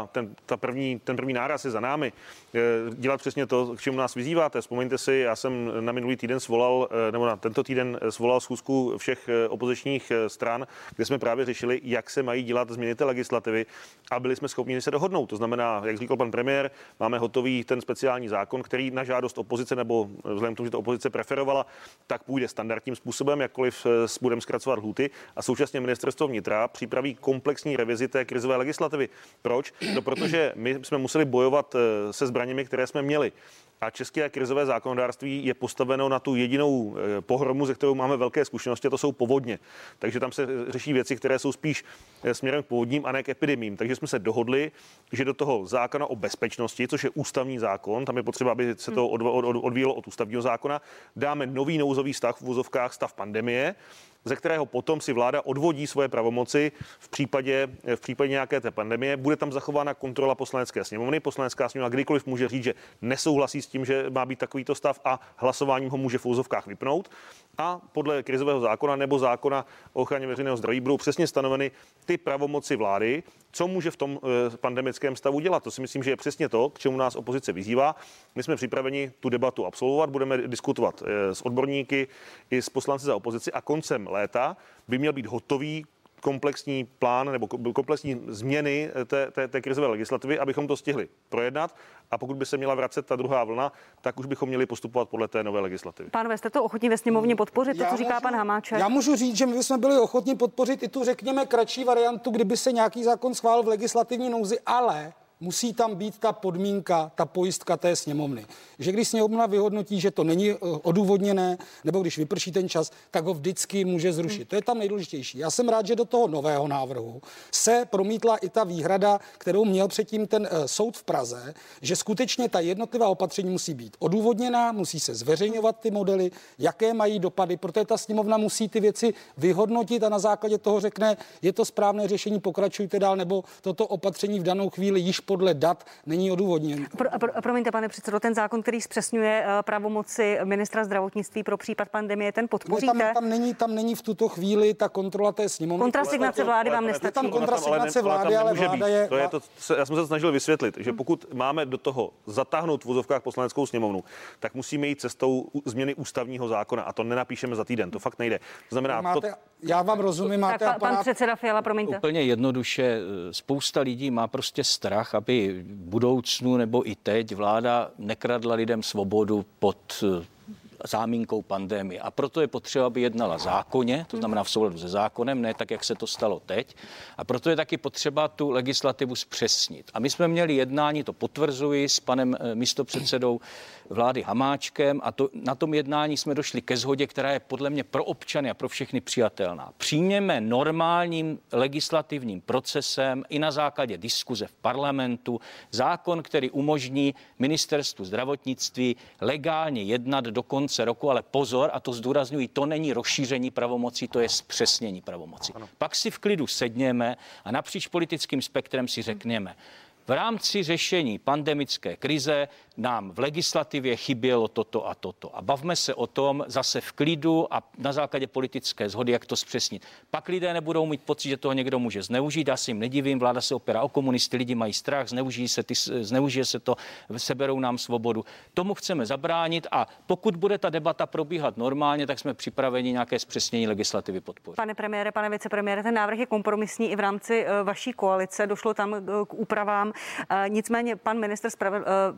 ten první náraz je za námi, dělat přesně to, k čemu nás vyzýváte. Vzpomeňte si, já jsem na minulý týden svolal, nebo na tento týden svolal schůzku všech opozičních stran, kde jsme právě řešili, jak se mají dělat změny té legislativy a byli jsme schopni se dohodnout. To znamená, jak říkal pan premiér, máme hotový ten speciální zákon, který na žádost opozice nebo vzhledem k tomu, že to opozice preferovala, tak půjde standardním způsobem, jakkoliv budeme zkracovat lhůty a současně ministerstvo vnitra připraví komplexní revizi té krizové legislativy. Proč? No, protože my jsme museli bojovat se zbraněmi, které jsme měli. A české krizové zákonodárství je postaveno na tu jedinou pohromu, ze kterou máme velké zkušenosti, a to jsou povodně. Takže tam se řeší věci, které jsou spíš směrem k povodním a ne k epidemiím. Takže jsme se dohodli, že do toho zákona o bezpečnosti, což je ústavní zákon, tam je potřeba, aby se to odvíjelo od ústavního zákona, dáme nový nouzový stav v uvozovkách stav pandemie, ze kterého potom si vláda odvodí svoje pravomoci v případě nějaké té pandemie. Bude tam zachována kontrola Poslanecké sněmovny. Poslanecká sněmovna kdykoliv může říct, že nesouhlasí s tím, že má být takovýto stav a hlasováním ho může v úzovkách vypnout. A podle krizového zákona nebo zákona o ochraně veřejného zdraví budou přesně stanoveny ty pravomoci vlády, co může v tom pandemickém stavu dělat. To si myslím, že je přesně to, k čemu nás opozice vyzývá. My jsme připraveni tu debatu absolvovat, budeme diskutovat s odborníky i s poslanci za opozici a koncem léta by měl být hotový komplexní plán nebo komplexní změny té krizové legislativy, abychom to stihli projednat. A pokud by se měla vracet ta druhá vlna, tak už bychom měli postupovat podle té nové legislativy. Pánové, jste to ochotní ve sněmovně podpořit, to, co říká pan Hamáček? Já můžu říct, že my bychom byli ochotní podpořit i tu, řekněme, kratší variantu, kdyby se nějaký zákon schválil v legislativní nouzi, ale musí tam být ta podmínka, ta pojistka té sněmovny. Že když sněmovna vyhodnotí, že to není odůvodněné, nebo když vyprší ten čas, tak ho vždycky může zrušit. To je tam nejdůležitější. Já jsem rád, že do toho nového návrhu se promítla i ta výhrada, kterou měl předtím ten soud v Praze, že skutečně ta jednotlivá opatření musí být odůvodněná, musí se zveřejňovat ty modely, jaké mají dopady, protože ta sněmovna musí ty věci vyhodnotit a na základě toho řekne, je to správné řešení, pokračujte dál, nebo toto opatření v danou chvíli již podle dat není odůvodněn. Promiňte, pane předsedo, ten zákon, který zpřesňuje pravomoci ministra zdravotnictví pro případ pandemie, ten podpoříte? Tam není v tuto chvíli ta kontrola té sněmovny. Kontrasignace vlády vám nestačí. Tam kontrasignace vlády, ale vláda je... Já jsem se snažil vysvětlit, že pokud máme do toho zatáhnout v vozovkách Poslaneckou sněmovnu, tak musíme jít cestou změny ústavního zákona a to nenapíšeme za týden. To fakt nejde. To znamená, já vám rozumím, máte pan předseda Fiala, promiňte. Úplně jednoduše, spousta lidí má prostě strach, aby v budoucnu nebo i teď vláda nekradla lidem svobodu pod záminkou pandemie. A proto je potřeba, aby jednala zákonně, to znamená v souladu se zákonem, ne tak, jak se to stalo teď. A proto je taky potřeba tu legislativu zpřesnit. A my jsme měli jednání, to potvrzuji, s panem místopředsedou vlády Hamáčkem a na tom jednání jsme došli ke shodě, která je podle mě pro občany a pro všechny přijatelná. Přijměme normálním legislativním procesem i na základě diskuze v parlamentu zákon, který umožní ministerstvu zdravotnictví legálně jednat do konce roku, ale pozor, a to zdůrazňuji, to není rozšíření pravomocí, to je zpřesnění pravomocí. Ano. Pak si v klidu sedněme a napříč politickým spektrem si řekněme, v rámci řešení pandemické krize nám v legislativě chybělo toto a toto. A bavme se o tom zase v klidu a na základě politické shody, jak to zpřesnit. Pak lidé nebudou mít pocit, že toho někdo může zneužít. Já si jim nedivím, vláda se opírá o komunisty, lidi mají strach, zneužije se to, seberou nám svobodu. Tomu chceme zabránit a pokud bude ta debata probíhat normálně, tak jsme připraveni nějaké zpřesnění legislativy podpořit. Pane premiére, pane vicepremiére, ten návrh je kompromisní i v rámci vaší koalice. Došlo tam k úpravám. Nicméně pan ministr zdravotnictví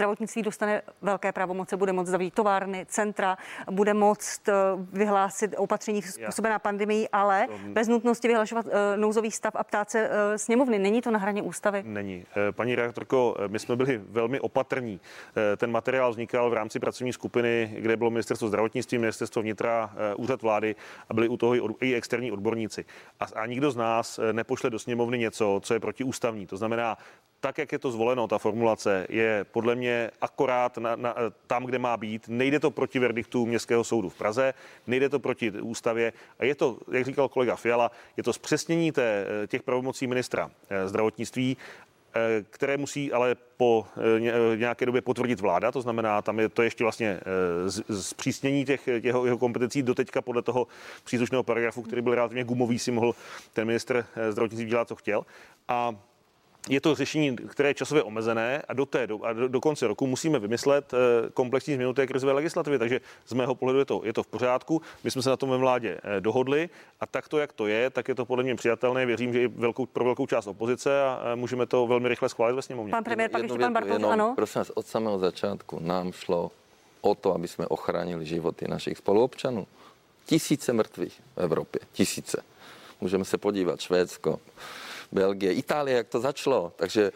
zdravotnictví dostane velké pravomoce, bude moct zavřít továrny, centra, bude moct vyhlásit opatření způsobená pandemií, ale bez nutnosti vyhlašovat nouzový stav a ptát se sněmovny. Není to na hraně ústavy? Není. Paní redaktorko, my jsme byli velmi opatrní. Ten materiál vznikal v rámci pracovní skupiny, kde bylo ministerstvo zdravotnictví, ministerstvo vnitra, úřad vlády a byli u toho i externí odborníci. A nikdo z nás nepošle do sněmovny něco, co je protiústavní. To znamená, tak, jak je to zvoleno, ta formulace je podle mě akorát tam, kde má být. Nejde to proti verdiktu Městského soudu v Praze, nejde to proti ústavě a je to, jak říkal kolega Fiala, je to zpřesnění těch pravomocí ministra zdravotnictví, které musí ale po nějaké době potvrdit vláda, to znamená, tam je to ještě vlastně zpřísnění těch jeho kompetencí doteďka podle toho příslušného paragrafu, který byl relativně gumový, si mohl ten ministr zdravotnictví dělat, co chtěl. A je to řešení, které je časově omezené a do konce roku musíme vymyslet komplexní změnu té krizové legislativy. Takže z mého pohledu je to v pořádku. My jsme se na tom ve vládě dohodli a takto, jak to je, tak je to podle mě přijatelné. Věřím, že i pro velkou část opozice a můžeme to velmi rychle schválit ve sněmovně. Pan premiér, pak ještě pan Bartoš, ano. Prosím vás, od samého začátku nám šlo o to, aby jsme ochránili životy našich spoluobčanů. Tisíce mrtvých v Evropě, tisíce. Můžeme se podívat, Švédsko, Belgie, Itálie, jak to začalo. Takže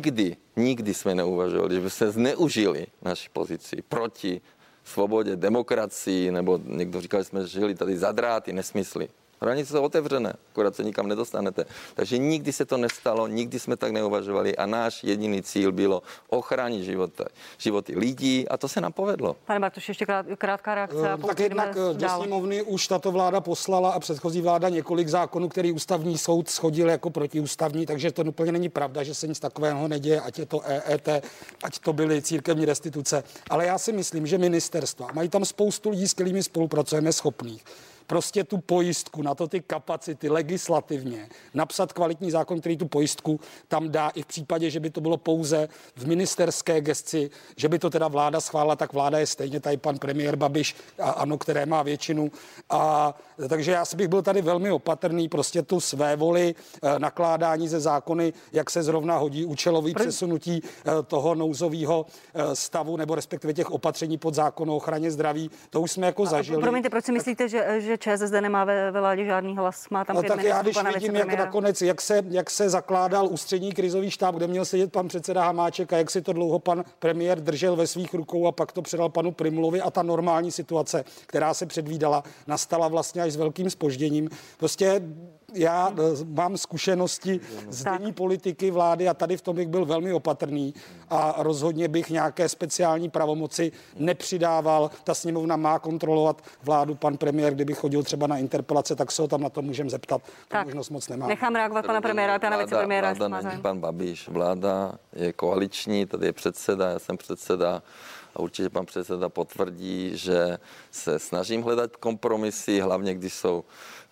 nikdy jsme neuvažovali, že by se zneužili naši pozici proti svobodě, demokracii, nebo někdo říkal, že jsme žili tady za dráty, nesmysly. Hranice jsou otevřené, akorát se nikam nedostanete. Takže nikdy se to nestalo, nikdy jsme tak neuvažovali a náš jediný cíl bylo ochránit životy lidí a to se nám povedlo. Pane Bartoš, ještě krátká reakce. Tak jednak do sněmovny už tato vláda poslala a předchozí vláda několik zákonů, který ústavní soud shodil jako protiústavní, takže to úplně není pravda, že se nic takového neděje, ať je to EET, ať to byly církevní restituce. Ale já si myslím, že ministerstva, mají tam spoustu lidí, s kterými spolupracujeme, schopných prostě tu pojistku, na to ty kapacity legislativně, napsat kvalitní zákon, který tu pojistku tam dá i v případě, že by to bylo pouze v ministerské gesci, že by to teda vláda schválila, tak vláda je stejně tady pan premiér Babiš a ANO, které má většinu. A takže já si bych byl tady velmi opatrný, prostě tu své voli nakládání ze zákony, jak se zrovna hodí účelový přesunutí toho nouzového stavu nebo respektive těch opatření pod zákon o ochraně zdraví. To už jsme jako zažili. Promiňte, proč si myslíte, že ČSSD nemá ve vládě žádný hlas? Má tam tak já, když vidím, jak nakonec, jak se zakládal ústřední krizový štáb, kde měl sedět pan předseda Hamáček a jak si to dlouho pan premiér držel ve svých rukou a pak to předal panu Prymulovi a ta normální situace, která se předvídala, nastala vlastně až s velkým zpožděním. Prostě já mám zkušenosti z denní politiky vlády a tady v tom bych byl velmi opatrný a rozhodně bych nějaké speciální pravomoci nepřidával. Ta sněmovna má kontrolovat vládu. Pan premiér, kdyby chodil třeba na interpelace, tak se ho tam na to můžeme zeptat. Tu možnost moc nemá. Nechám reagovat pana premiéra, pana vicepremiéra. Vláda není pan Babiš. Vláda je koaliční, tady je předseda, já jsem předseda. A určitě pan předseda potvrdí, že se snažím hledat kompromisy, hlavně když jsou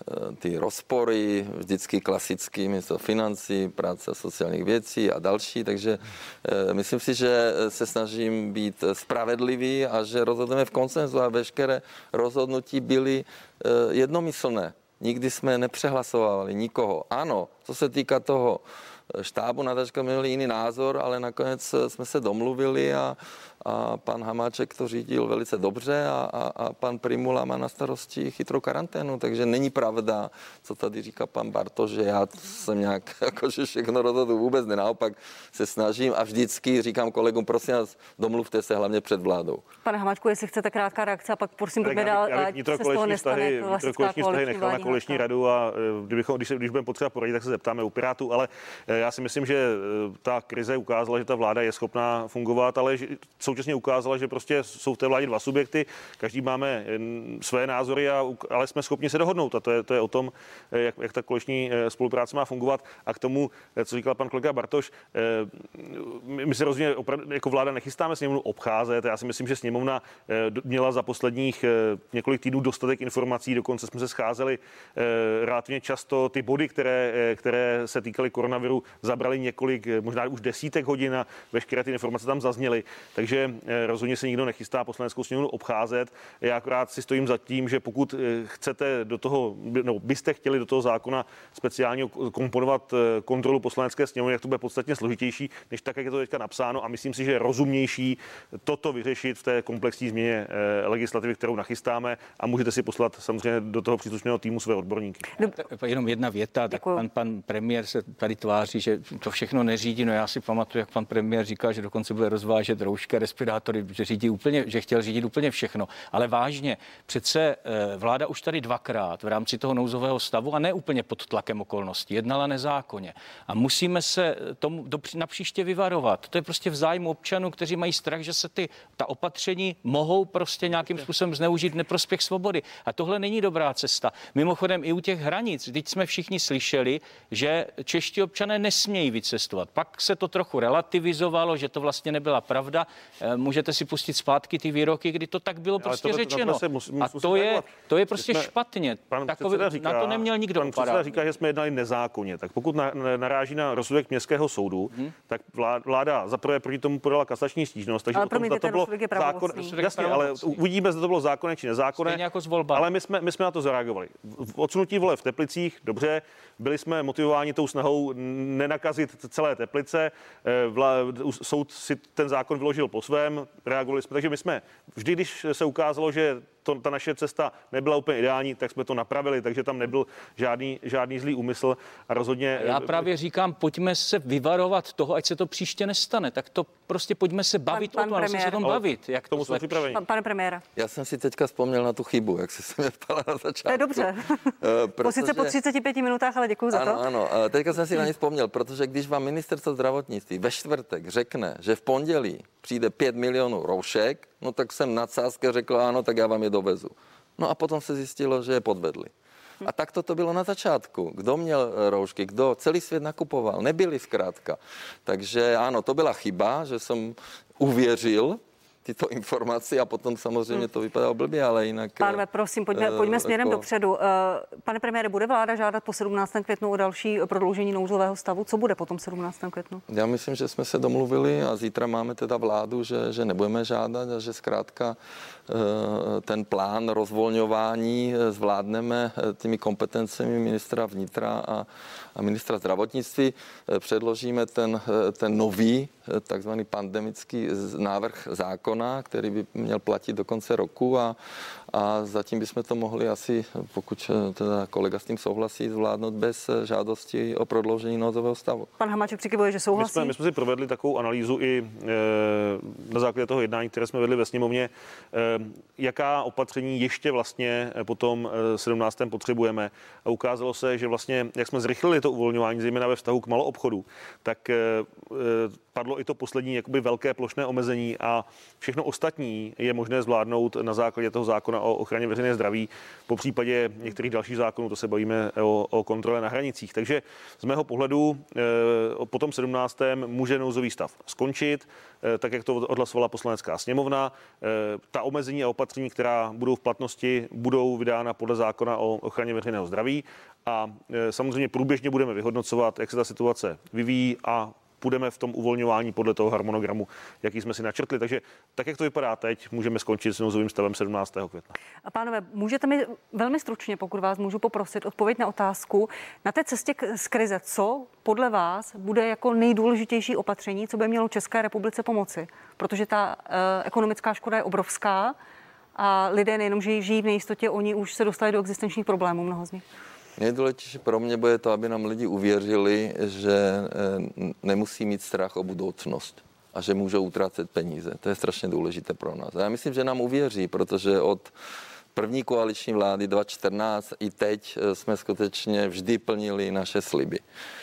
ty rozpory, vždycky klasický ministr financí, práce a sociálních věcí a další, takže myslím si, že se snažím být spravedlivý a že rozhodneme v konsenzu a veškeré rozhodnutí byly jednomyslné. Nikdy jsme nepřehlasovali nikoho. Ano, co se týká toho štábu, na začátku měli jiný názor, ale nakonec jsme se domluvili a pan Hamáček to řídil velice dobře a pan Prymula má na starosti chytrou karanténu, takže není pravda, co tady říká pan Bartoš, že já jsem nějak jakože všechno rozhodu, vůbec ne, naopak se snažím a vždycky říkám kolegům, prosím vás, domluvte se hlavně před vládou. Pane Hamáčku, jestli chcete krátká reakce a pak prosím pojďme dál, ať se z toho nestane klasická nechal na koaliční radu a když budeme potřeba poradit, tak se zeptáme u Pirátů, ale já si myslím, že ta krize ukázala, že ta vláda je schopná fungovat, ale současně ukázala, že prostě jsou v té vládě dva subjekty, každý máme své názory, ale jsme schopni se dohodnout a to je o tom, jak ta koaliční spolupráce má fungovat. A k tomu, co říkal pan kolega Bartoš, my se rozhodně jako vláda nechystáme sněmovnu obcházet. Já si myslím, že sněmovna měla za posledních několik týdnů dostatek informací, dokonce jsme se scházeli relativně často. Ty body, které se týkaly koronaviru, zabrali několik, možná už desítek hodin a veškeré ty informace tam zazněly. Takže rozhodně se nikdo nechystá Poslaneckou sněmovnu obcházet. Já akorát si stojím za tím, že pokud chcete do toho, no, byste chtěli do toho zákona speciálně komponovat kontrolu Poslanecké sněmovny, jak to bude podstatně složitější, než tak, jak je to teďka napsáno, a myslím si, že je rozumnější toto vyřešit v té komplexní změně legislativy, kterou nachystáme, a můžete si poslat samozřejmě do toho příslušného týmu své odborníky. Jenom jedna věta, tak pan premiér se tady tváří, že to všechno neřídí. No já si pamatuju, jak pan premiér říkal, že dokonce bude rozvážet roušky, respirátory, že chtěl řídit úplně všechno. Ale vážně, přece vláda už tady dvakrát v rámci toho nouzového stavu, a ne úplně pod tlakem okolností, jednala nezákonně. A musíme se tomu napříště vyvarovat. To je prostě v zájmu občanů, kteří mají strach, že se ta opatření mohou prostě nějakým způsobem zneužít v neprospěch svobody. A tohle není dobrá cesta. Mimochodem i u těch hranic, vždyť jsme všichni slyšeli, že čeští občané nesmějí vycestovat. Pak se to trochu relativizovalo, že to vlastně nebyla pravda. Můžete si pustit zpátky ty výroky, kdy to tak bylo prostě řečeno. A to je prostě špatně. Na to neměl nikdo pan předseda říká, že jsme jednali nezákonně. Tak pokud naráží na rozsudek městského soudu, tak vláda zaprvé proti tomu podala kasační stížnost. Takže ale promiňte, ten rozsudek je pravomocný. Jasně, ale uvidíme, zda to bylo zákonné či nezákonné. Jako s volbami. Ale my jsme na to zareagovali. V odsunutí voleb v Teplicích, dobře, byli jsme motivováni tou snahou nenakazit celé Teplice. Soud si ten zákon vyložil po svém, reagovali jsme. Takže my jsme vždy, když se ukázalo, že ta naše cesta nebyla úplně ideální, tak jsme to napravili, takže tam nebyl žádný zlý úmysl a rozhodně... Já právě říkám, pojďme se vyvarovat toho, ať se to příště nestane. Tak to prostě pojďme se bavit o tom, ale se tom bavit. Jak tomu jsme připraveni. Pane premiére. Já jsem si teďka vzpomněl na tu chybu, jak jsi se mě ptala na začátku. To je dobře. Sice po 35 minutách, ale děkuji za to. Ano, teďka jsem si na ně vzpomněl, protože když vám ministerstvo zdravotnictví ve čtvrtek řekne, že v pondělí přijde 5 milionů roušek, no tak jsem nadsázka řekl, ano, tak já vám je dovezu. No a potom se zjistilo, že je podvedli. A tak to bylo na začátku. Kdo měl roušky, kdo celý svět nakupoval, nebyli zkrátka. Takže ano, to byla chyba, že jsem uvěřil tyto informace a potom samozřejmě to vypadalo blbě, ale jinak... Pánové, prosím, pojďme směrem dopředu. Pane premiére, bude vláda žádat po 17. květnu o další prodloužení nouzového stavu? Co bude po tom 17. květnu? Já myslím, že jsme se domluvili a zítra máme teda vládu, že nebudeme žádat a že zkrátka ten plán rozvolňování zvládneme těmi kompetencemi ministra vnitra a ministra zdravotnictví. Předložíme ten nový takzvaný pandemický návrh zákona, který by měl platit do konce roku a zatím bychom to mohli asi, pokud teda kolega s tím souhlasí, zvládnout bez žádosti o prodloužení nouzového stavu. Pan Hamáček přikivuje, že souhlasí. My jsme si provedli takovou analýzu i na základě toho jednání, které jsme vedli ve sněmovně, jaká opatření ještě vlastně po tom 17. potřebujeme. A ukázalo se, že vlastně, jak jsme zrychlili to uvolňování, zejména ve vztahu k maloobchodu, tak padlo i to poslední jakoby velké plošné omezení a všechno ostatní je možné zvládnout na základě toho zákona o ochraně veřejného zdraví. Po případě některých dalších zákonů, to se bavíme o kontrole na hranicích. Takže z mého pohledu po tom 17. může nouzový stav skončit, tak jak to odhlasovala Poslanecká sněmovna. Ta omezení a opatření, která budou v platnosti, budou vydána podle zákona o ochraně veřejného zdraví a samozřejmě průběžně budeme vyhodnocovat, jak se ta situace vyvíjí a půjdeme v tom uvolňování podle toho harmonogramu, jaký jsme si načrtli. Takže tak, jak to vypadá teď, můžeme skončit s nouzovým stavem 17. května. A pánové, můžete mi velmi stručně, pokud vás můžu poprosit, odpověď na otázku na té cestě z krize, co podle vás bude jako nejdůležitější opatření, co by mělo České republice pomoci? Protože ta ekonomická škoda je obrovská a lidé nejenom, že žijí v nejistotě, oni už se dostali do existenčních problémů, mnoho z nich. Nejdůležitější pro mě bude to, aby nám lidi uvěřili, že nemusí mít strach o budoucnost a že můžou utrácet peníze. To je strašně důležité pro nás. A já myslím, že nám uvěří, protože od první koaliční vlády 2014 i teď jsme skutečně vždy plnili naše sliby.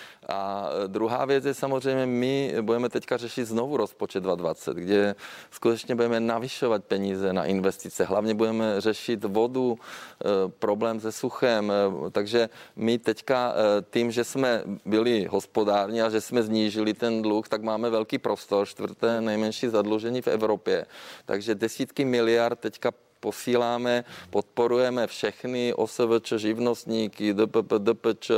A druhá věc je samozřejmě, my budeme teďka řešit znovu rozpočet 2020, kde skutečně budeme navyšovat peníze na investice. Hlavně budeme řešit vodu, problém se suchem. Takže my teďka tím, že jsme byli hospodární a že jsme znížili ten dluh, tak máme velký prostor, čtvrté nejmenší zadlužení v Evropě. Takže desítky miliard teďka posíláme, podporujeme všechny OSVČ, živnostníky, DPP, DPČ,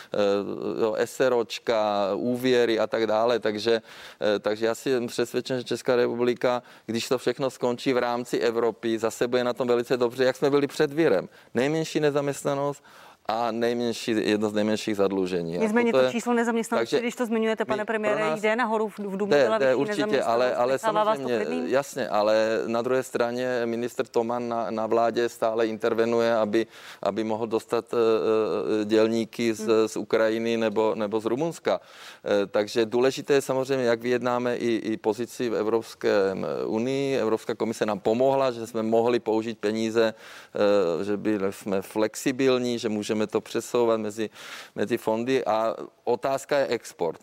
SROčka, úvěry a tak dále. Takže já jsem přesvědčen, že Česká republika, když to všechno skončí v rámci Evropy, zase bude na tom velice dobře, jak jsme byli před virem. Nejmenší nezaměstnanost a jedno z nejmenších zadlužení. Nicméně to číslo nezaměstnanosti, když to zmiňujete, pane premiére, jde nahoru v Dubnu, byla vyšší určitě, ale samozřejmě, jasně, ale na druhé straně ministr Toman na vládě stále intervenuje, aby mohl dostat dělníky z Ukrajiny nebo z Rumunska. Takže důležité je samozřejmě, jak vyjednáme i pozici v Evropské unii. Evropská komise nám pomohla, že jsme mohli použít peníze, že jsme flexibilní, že můžeme to přesouvat mezi fondy a otázka je export.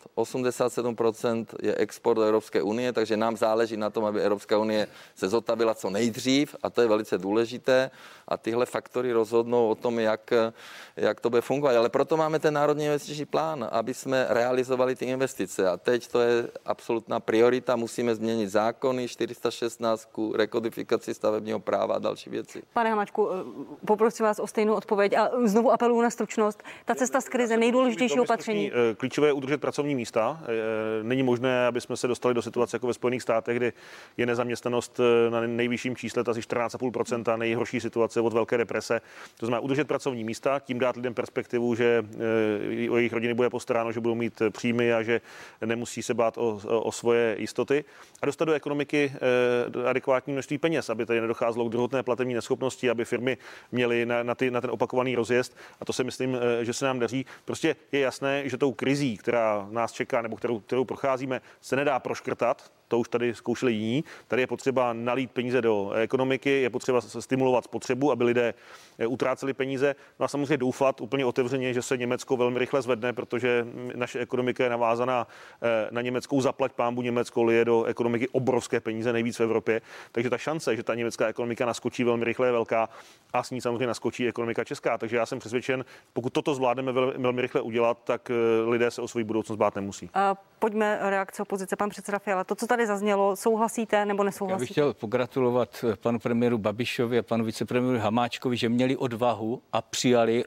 87% je export do Evropské unie, takže nám záleží na tom, aby Evropská unie se zotavila co nejdřív a to je velice důležité a tyhle faktory rozhodnou o tom, jak to bude fungovat. Ale proto máme ten národní investiční plán, aby jsme realizovali ty investice a teď to je absolutná priorita, musíme změnit zákony 416, rekodifikaci stavebního práva a další věci. Pane Hamáčku, poprosím vás o stejnou odpověď a znovu apeluju na stručnost. Ta cesta z krize, nejdůležitější opatření. Klíčové je udržet pracovní místa. Není možné, aby jsme se dostali do situace jako ve Spojených státech, kdy je nezaměstnanost na nejvyšším čísle, asi 14,5%, nejhorší situace od velké deprese. To znamená udržet pracovní místa, tím dát lidem perspektivu, že o jejich rodiny bude postaráno, že budou mít příjmy a že nemusí se bát o svoje jistoty. A dostat do ekonomiky adekvátní množství peněz, aby tady nedocházelo k druhotné platební neschopnosti, aby firmy měly na ten opakovaný rozjezd. A to si myslím, že se nám daří. Prostě je jasné, že tou krizí, která nás čeká nebo kterou procházíme, se nedá proškrtat. To už tady zkoušeli jiní. Tady je potřeba nalít peníze do ekonomiky, je potřeba stimulovat spotřebu, aby lidé utráceli peníze. No a samozřejmě doufat úplně otevřeně, že se Německo velmi rychle zvedne, protože naše ekonomika je navázaná na německou, zaplať pánbu, Německo lije do ekonomiky obrovské peníze, nejvíc v Evropě. Takže ta šance, že ta německá ekonomika naskočí velmi rychle, je velká a s ní samozřejmě naskočí ekonomika česká. Takže já jsem přesvědčen, pokud toto zvládneme velmi rychle udělat, tak lidé se o svou budoucnost bát nemusí. Pojďme reakce opozice, pan předseda Fiala. To, co tady zaznělo, souhlasíte nebo nesouhlasíte? Já bych chtěl pogratulovat panu premiéru Babišovi a panu vicepremiéru Hamáčkovi, že měli odvahu a přijali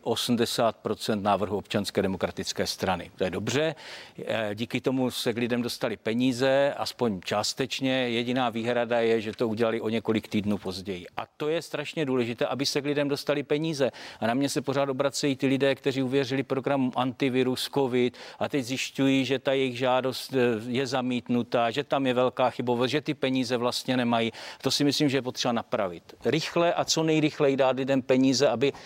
80% návrhu Občanské demokratické strany. To je dobře. Díky tomu se k lidem dostali peníze, aspoň částečně. Jediná výhrada je, že to udělali o několik týdnů později. A to je strašně důležité, aby se k lidem dostali peníze. A na mě se pořád obracejí ty lidé, kteří uvěřili programu antivirus, covid a teď zjišťují, že ta jejich žádost je zamítnutá, že tam je velká chybovost, že ty peníze vlastně nemají. To si myslím, že je potřeba napravit. Rychle a co nejrychleji dát lidem peníze,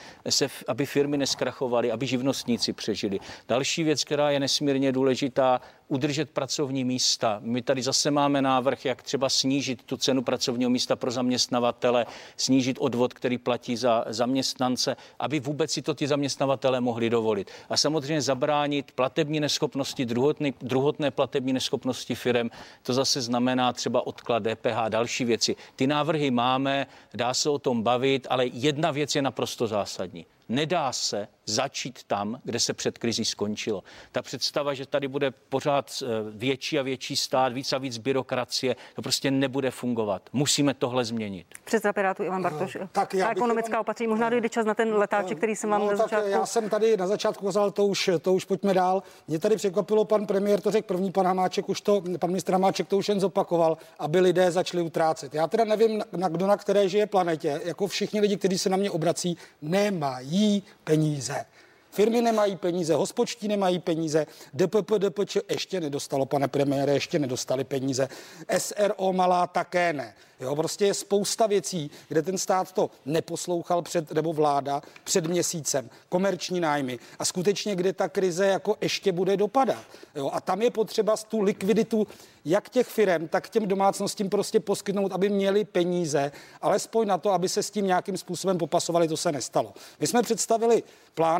aby firmy neskrachovaly, aby živnostníci přežili. Další věc, která je nesmírně důležitá, udržet pracovní místa. My tady zase máme návrh, jak třeba snížit tu cenu pracovního místa pro zaměstnavatele, snížit odvod, který platí za zaměstnance, aby vůbec si to ty zaměstnavatele mohli dovolit. A samozřejmě zabránit platební neschopnosti, druhotné platební neschopnosti firem. To zase znamená třeba odklad DPH a další věci. Ty návrhy máme, dá se o tom bavit, ale jedna věc je naprosto zásadní. Nedá se začít tam, kde se před krizí skončilo. Ta představa, že tady bude pořád větší a větší stát, víc a víc byrokracie, to prostě nebude fungovat. Musíme tohle změnit. Předseda Pirátů Ivan Bartoš. Ta ekonomická opatření, možná dojde čas na ten letáček, který jsem vám na začátku. Já jsem tady na začátku vzal, to už pojďme dál. Mě tady překvapilo, pan premiér to řekl první, pan ministr Hamáček to už jen zopakoval, aby lidé začali utrácet. Já teda nevím, kdo na které žije planetě, jako všichni lidi, kteří se na mě obrací, nemají peníze. Firmy nemají peníze, hospodští nemají peníze, DPP, DPČ ještě nedostalo, pane premiére, ještě nedostali peníze, SRO malá také ne. Jo, prostě je spousta věcí, kde ten stát to neposlouchal nebo vláda před měsícem, komerční nájmy a skutečně, kde ta krize jako ještě bude dopadat. Jo, a tam je potřeba tu likviditu jak těch firem, tak těm domácnostím prostě poskytnout, aby měli peníze, alespoň na to, aby se s tím nějakým způsobem popasovali, to se nestalo. My jsme představili plán, dal jsem mi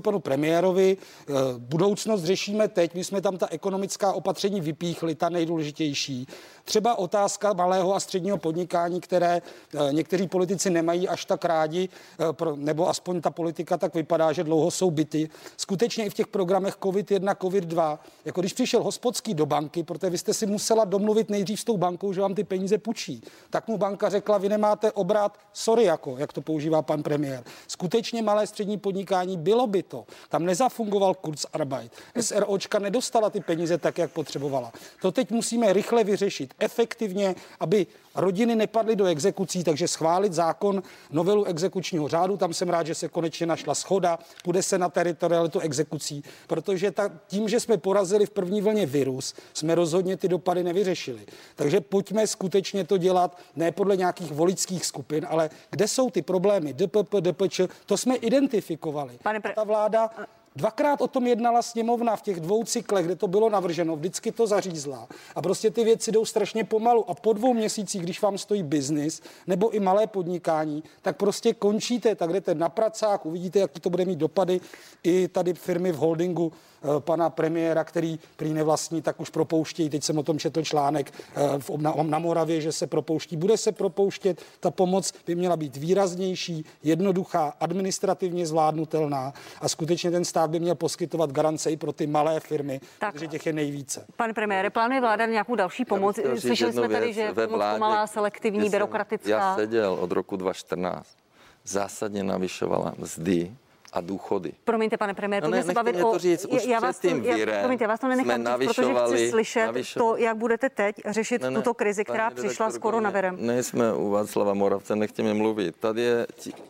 panu premiérovi. Budoucnost řešíme teď, my jsme tam ta ekonomická opatření vypíchli, ta nejdůležitější. Třeba otázka malého a středního podnikání, které někteří politici nemají až tak rádi, nebo aspoň ta politika tak vypadá, že dlouho jsou byty. Skutečně i v těch programech COVID-1, COVID-2, jako když přišel Hospodský do banky, protože vy jste si musela domluvit nejdřív s tou bankou, že vám ty peníze půjčí, tak mu banka řekla, vy nemáte obrat, sorry, jako, jak to používá pan premiér. Skutečně malé střední podnikání bylo by to. Tam nezafungoval Kurzarbeit. SROčka nedostala ty peníze tak, jak potřebovala. To teď musíme rychle vyřešit, efektivně, aby rodiny nepadly do exekucí, takže schválit zákon, novelu exekučního řádu, tam jsem rád, že se konečně našla shoda, půjde se na teritorialitu exekucí, protože tím, že jsme porazili v první vlně virus, jsme rozhodně ty dopady nevyřešili. Takže pojďme skutečně to dělat ne podle nějakých voličských skupin, ale kde jsou ty problémy DPP, DPČ, to jsme identifikovali. Ta vláda dvakrát o tom jednala sněmovna v těch 2 cyklech, kde to bylo navrženo, vždycky to zařízla. A prostě ty věci jdou strašně pomalu. A po 2 měsících, když vám stojí biznis nebo i malé podnikání, tak prostě končíte, tak jdete na pracák, uvidíte, jak to bude mít dopady. I tady firmy v holdingu pana premiéra, který prý nevlastní, tak už propouštějí. Teď jsem o tom četl článek na Moravě, že se propouští. Bude se propouštět. Ta pomoc by měla být výraznější, jednoduchá, administrativně zvládnutelná a skutečně ten stát by měl poskytovat garance i pro ty malé firmy, protože těch je nejvíce. Pane premiére, plánuje vláda nějakou další pomoc? Slyšeli jsme tady, že pomoc pomalá, selektivní, byrokratická. Já seděl od roku 2014. Zásadně navyšovala mzdy a důchody. Promiňte, pane premiére, pojďme se bavit o... Já vás to nenechám říct, protože chci slyšet to, jak budete teď řešit tuto krizi, která přišla s koronavirem. Nejsme u Václava Moravce, nechtě mě mluvit. Tady je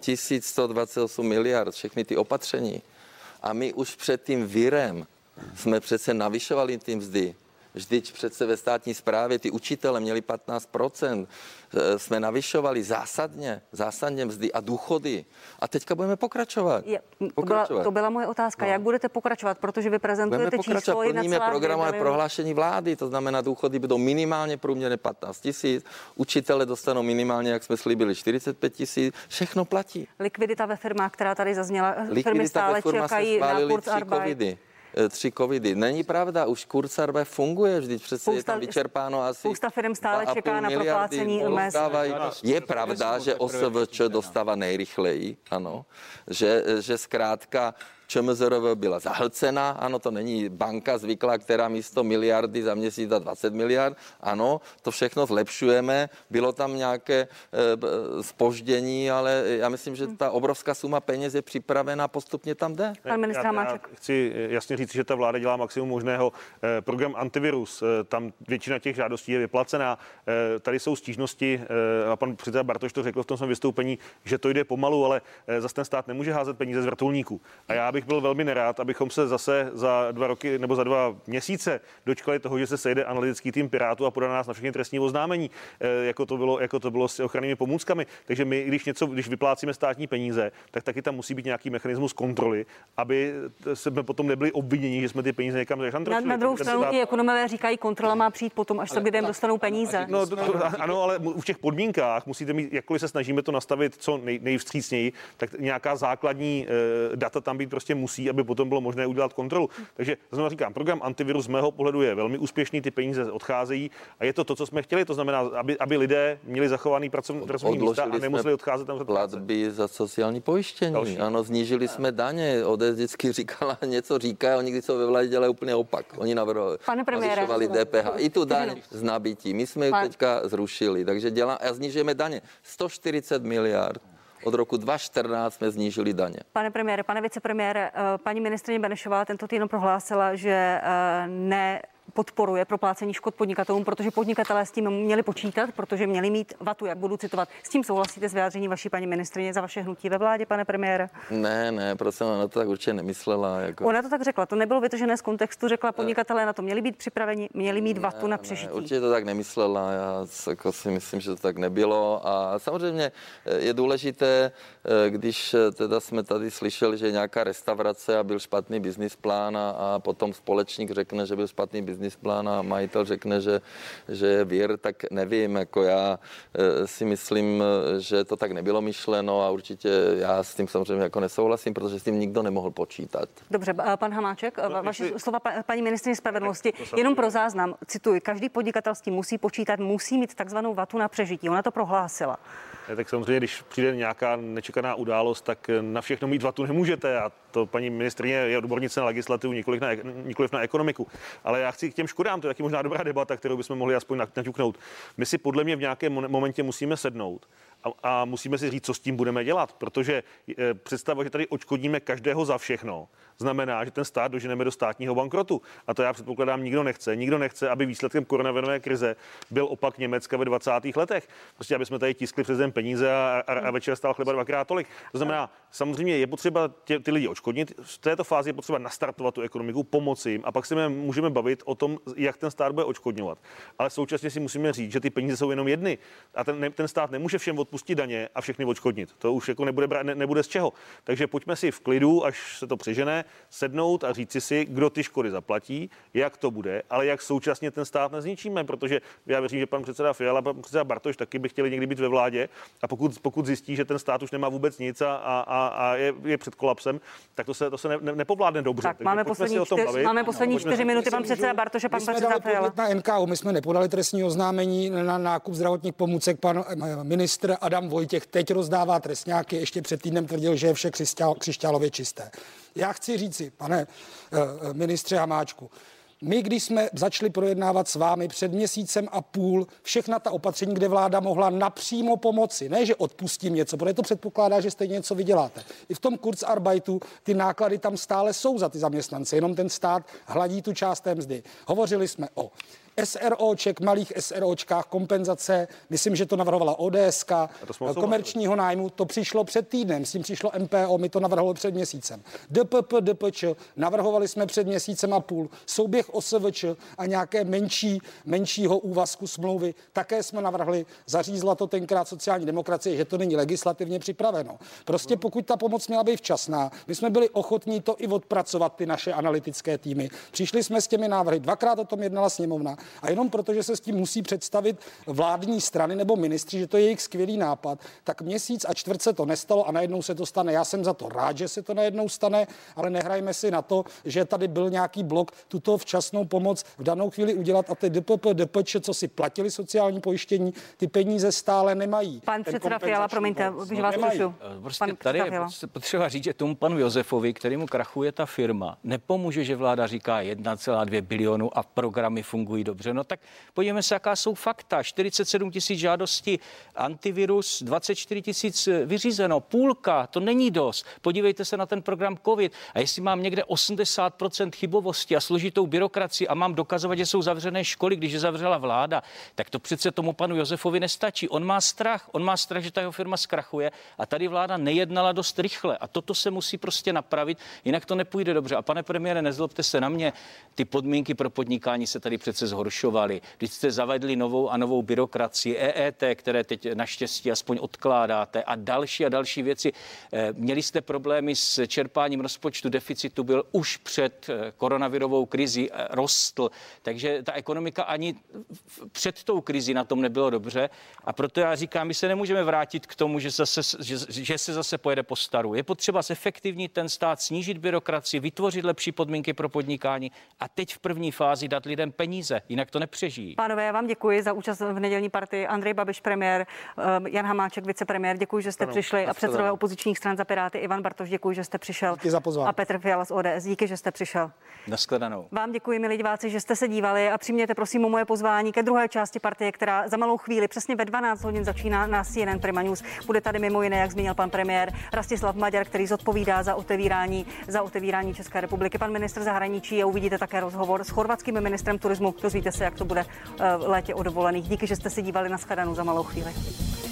1128 miliard, všechny ty opatření. A my už před tím virem jsme přece navyšovali ty mzdy. Vždyť přece ve státní správě ty učitele měli 15%. Jsme navyšovali zásadně mzdy a důchody. A teďka budeme pokračovat. To byla moje otázka. No. Jak budete pokračovat? Protože vy prezentujete číslo 1,2 plníme programové prohlášení vlády, to znamená, důchody budou minimálně průměrně 15 000, učitele dostanou minimálně, jak jsme slíbili, 45 000, všechno platí. Likvidita ve firmách, která tady zazněla, firmy stále čekají na Kurzarbeit. 3 covidy. Není pravda, už Kurzarbeit funguje, vždyť přece je tam vyčerpáno asi. Spousta firm stále čeká na proplácení mezd. Je pravda, že OSVČ dostává nejrychleji, ano, že zkrátka ČMZRV byla zahlcená, ano, to není banka zvyklá, která místo miliardy za měsíc dá 20 miliard, ano, to všechno zlepšujeme, bylo tam nějaké zpoždění, ale já myslím, že ta obrovská suma peněz je připravená, postupně tam jde. Pan ministr Hamáček. Chci jasně říct, že ta vláda dělá maximum možného. Program Antivirus, tam většina těch žádostí je vyplacená. Tady jsou stížnosti, a pan předseda Bartoš to řekl v tom svém vystoupení, že to jde pomalu, ale zase ten stát nemůže házet peníze z vrtulníků. A já bych byl velmi nerád, abychom se zase za 2 roky nebo za 2 měsíce dočkali toho, že se sejde analytický tým Pirátů a podá nás na všechny trestní oznámení, jako to bylo s ochrannými pomůckami. Takže my, když vyplácíme státní peníze, tak taky tam musí být nějaký mechanismus kontroly, aby jsme potom nebyli obviněni, že jsme ty peníze někam zašantrofili. Na druhou stranu i ekonomové říkají, kontrola má přijít potom, až se lidem dostanou peníze. No, ano, ale v těch podmínkách musíte mít, jakkoliv se snažíme to nastavit co nejvstřícněji, tak nějaká základní data tam být prostě musí, aby potom bylo možné udělat kontrolu. Takže znovu říkám, program Antivirus z mého pohledu je velmi úspěšný, ty peníze odcházejí a je to, co jsme chtěli, to znamená, aby lidé měli zachovaný pracovní místa a nemuseli odcházet tam platby za sociální pojištění. Další. Ano, snížili jsme daně. ODS vždycky říkala, něco říká, oni když jsou ve vládě dělají úplně opak. Oni navyšovali DPH. I tu daň z nabití. My jsme ji teďka zrušili, takže a snižujeme daně. 140 miliard. Od roku 2014 jsme snížili daně. Pane premiére, pane vicepremiére, paní ministryně Benešová tento týden prohlásila, že podporuje proplácení škod podnikatelům, protože podnikatelé s tím měli počítat, protože měli mít vatu, jak budu citovat. S tím souhlasíte s vyjádřením vaší paní ministryně za vaše hnutí ve vládě, pane premiére? Ne, prostě ona to tak určitě nemyslela. Jako... Ona to tak řekla, to nebylo vytržené z kontextu, řekla, podnikatelé na to měli být připraveni, měli mít vatu na přežití. Určitě to tak nemyslela, já jako si myslím, že to tak nebylo a samozřejmě je důležité, když teda jsme tady slyšeli, že je nějaká restaurace a byl špatný business plán a potom společník řekne, že byl špatný business business plán a majitel řekne, že je vír, tak nevím, jako já si myslím, že to tak nebylo myšleno a určitě já s tím samozřejmě jako nesouhlasím, protože s tím nikdo nemohl počítat. Dobře, pan Hamáček, vaše slova paní ministryně spravedlnosti, jenom pro záznam, cituji, každý podnikatel s tím musí počítat, musí mít takzvanou vatu na přežití. Ona to prohlásila. Tak samozřejmě, když přijde nějaká nečekaná událost, tak na všechno mít vatu nemůžete a to paní ministryně je odbornice na legislativu, nikoliv na ekonomiku. Ale já chci k těm škodám, to je taky možná dobrá debata, kterou bychom mohli aspoň naťuknout. My si podle mě v nějakém momentě musíme sednout a musíme si říct, co s tím budeme dělat, protože představa, že tady odškodníme každého za všechno, znamená, že ten stát doženeme do státního bankrotu. A to já předpokládám, nikdo nechce. Nikdo nechce, aby výsledkem koronavirové krize byl opak Německa ve 20. letech. Prostě, aby jsme tady tiskli přes den peníze a večer stál chleba dvakrát tolik. To znamená, samozřejmě je potřeba ty lidi odškodnit. V této fázi je potřeba nastartovat tu ekonomiku, pomoci jim a pak se můžeme bavit o tom, jak ten stát bude odškodňovat. Ale současně si musíme říct, že ty peníze jsou jenom jedny a ten stát nemůže všem odpustit daně a všechny odškodnit. To už jako nebude z čeho. Takže pojďme si v klidu, až se to přežene, sednout a říci si, kdo ty škody zaplatí, jak to bude, ale jak současně ten stát nezničíme, protože já věřím, že pan předseda Fiala, pan předseda Bartoš taky by chtěli někdy být ve vládě a pokud zjistí, že ten stát už nemá vůbec nic a je před kolapsem, tak to se nepovládne dobře. Tak máme poslední 4 minuty, pan předseda Bartoš a pan předseda Fiala. Na NKÚ my jsme nepodali trestní oznámení na nákup zdravotních pomůcek. Pan ministr Adam Vojtěch teď rozdává trestňáky, ještě před týdnem tvrdil, že je vše křišťálově čisté. Já chci říci, pane ministře Hamáčku, my, když jsme začali projednávat s vámi před měsícem a půl všechna ta opatření, kde vláda mohla napřímo pomoci, ne, že odpustím něco, protože to předpokládá, že stejně něco vyděláte. I v tom Kurzarbeitu ty náklady tam stále jsou za ty zaměstnance, jenom ten stát hladí tu část té mzdy. Hovořili jsme o SROček, malých SROčkách, kompenzace, myslím, že to navrhovala ODSK, komerčního nájmu, to přišlo před týdnem, s tím přišlo MPO, my to navrhovali před měsícem. DPP, DPČ, navrhovali jsme před měsícem a půl, souběh OSVČ a nějaké menšího úvazku smlouvy, také jsme navrhli, zařízla to tenkrát sociální demokracie, že to není legislativně připraveno. Prostě pokud ta pomoc měla být včasná, my jsme byli ochotní to i odpracovat, ty naše analytické týmy. Přišli jsme s těmi návrhy, dvakrát o tom jednala sněmovna. A jenom protože se s tím musí představit vládní strany nebo ministři, že to je jejich skvělý nápad, tak měsíc a čtvrt se to nestalo a najednou se to stane. Já jsem za to rád, že se to najednou stane, ale nehrajme si na to, že tady byl nějaký blok tuto včasnou pomoc v danou chvíli udělat a ty DPP, DPČ, co si platili sociální pojištění, ty peníze stále nemají. Pan předseda Fiala, promiňte, že vás slušu. Prostě tady je potřeba říct, že tomu panu Josefovi, kterému krachuje ta firma, nepomůže, že vláda říká 1,2 bilionu a programy fungují dobře. No tak podívejme se, jaká jsou fakta. 47 000 žádostí antivirus, 24 000 vyřízeno, půlka, to není dost. Podívejte se na ten program COVID. A jestli mám někde 80% chybovosti a složitou byrokracii a mám dokazovat, že jsou zavřené školy, když je zavřela vláda, tak to přece tomu panu Josefovi nestačí. On má strach, že ta jeho firma zkrachuje a tady vláda nejednala dost rychle a toto se musí prostě napravit, jinak to nepůjde dobře. A pane premiére, nezlobte se na mě, ty podmínky pro podnikání se tady přece zhoršovaly. Když jste zavedli novou a novou byrokracii, EET, které teď naštěstí aspoň odkládáte a další věci. Měli jste problémy s čerpáním rozpočtu, deficitu byl už před koronavirovou krizí, rostl, takže ta ekonomika ani před tou krizí na tom nebylo dobře a proto já říkám, my se nemůžeme vrátit k tomu, že se zase pojede po staru. Je potřeba zefektivnit ten stát, snížit byrokracii, vytvořit lepší podmínky pro podnikání a teď v první fázi dát lidem peníze, jinak to nepřežijí. Pánové, já vám děkuji za účast v nedělní partii. Andrej Babiš, premiér, Jan Hamáček, vicepremiér, děkuji, že jste přišli a předsedové opozičních stran za Piráty Ivan Bartoš, děkuji, že jste přišel. Díky za pozvání. A Petr Fiala z ODS, díky, že jste přišel. Nashledanou. Vám děkuji, milí diváci, že jste se dívali a přijměte prosím o moje pozvání ke druhé části partie, která za malou chvíli přesně ve 12 hodin začíná na CNN Prima News. Bude tady mimo jiné, jak zmínil pan premiér, Rastislav Maďar, který zodpovídá za otevírání České republiky. Pan ministr zahraničí a uvidíte také rozhovor s chorvatským ministrem turismu. Dozvíte se, jak to bude v létě o dovolených. Díky, že jste se dívali, na shledanou za malou chvíli.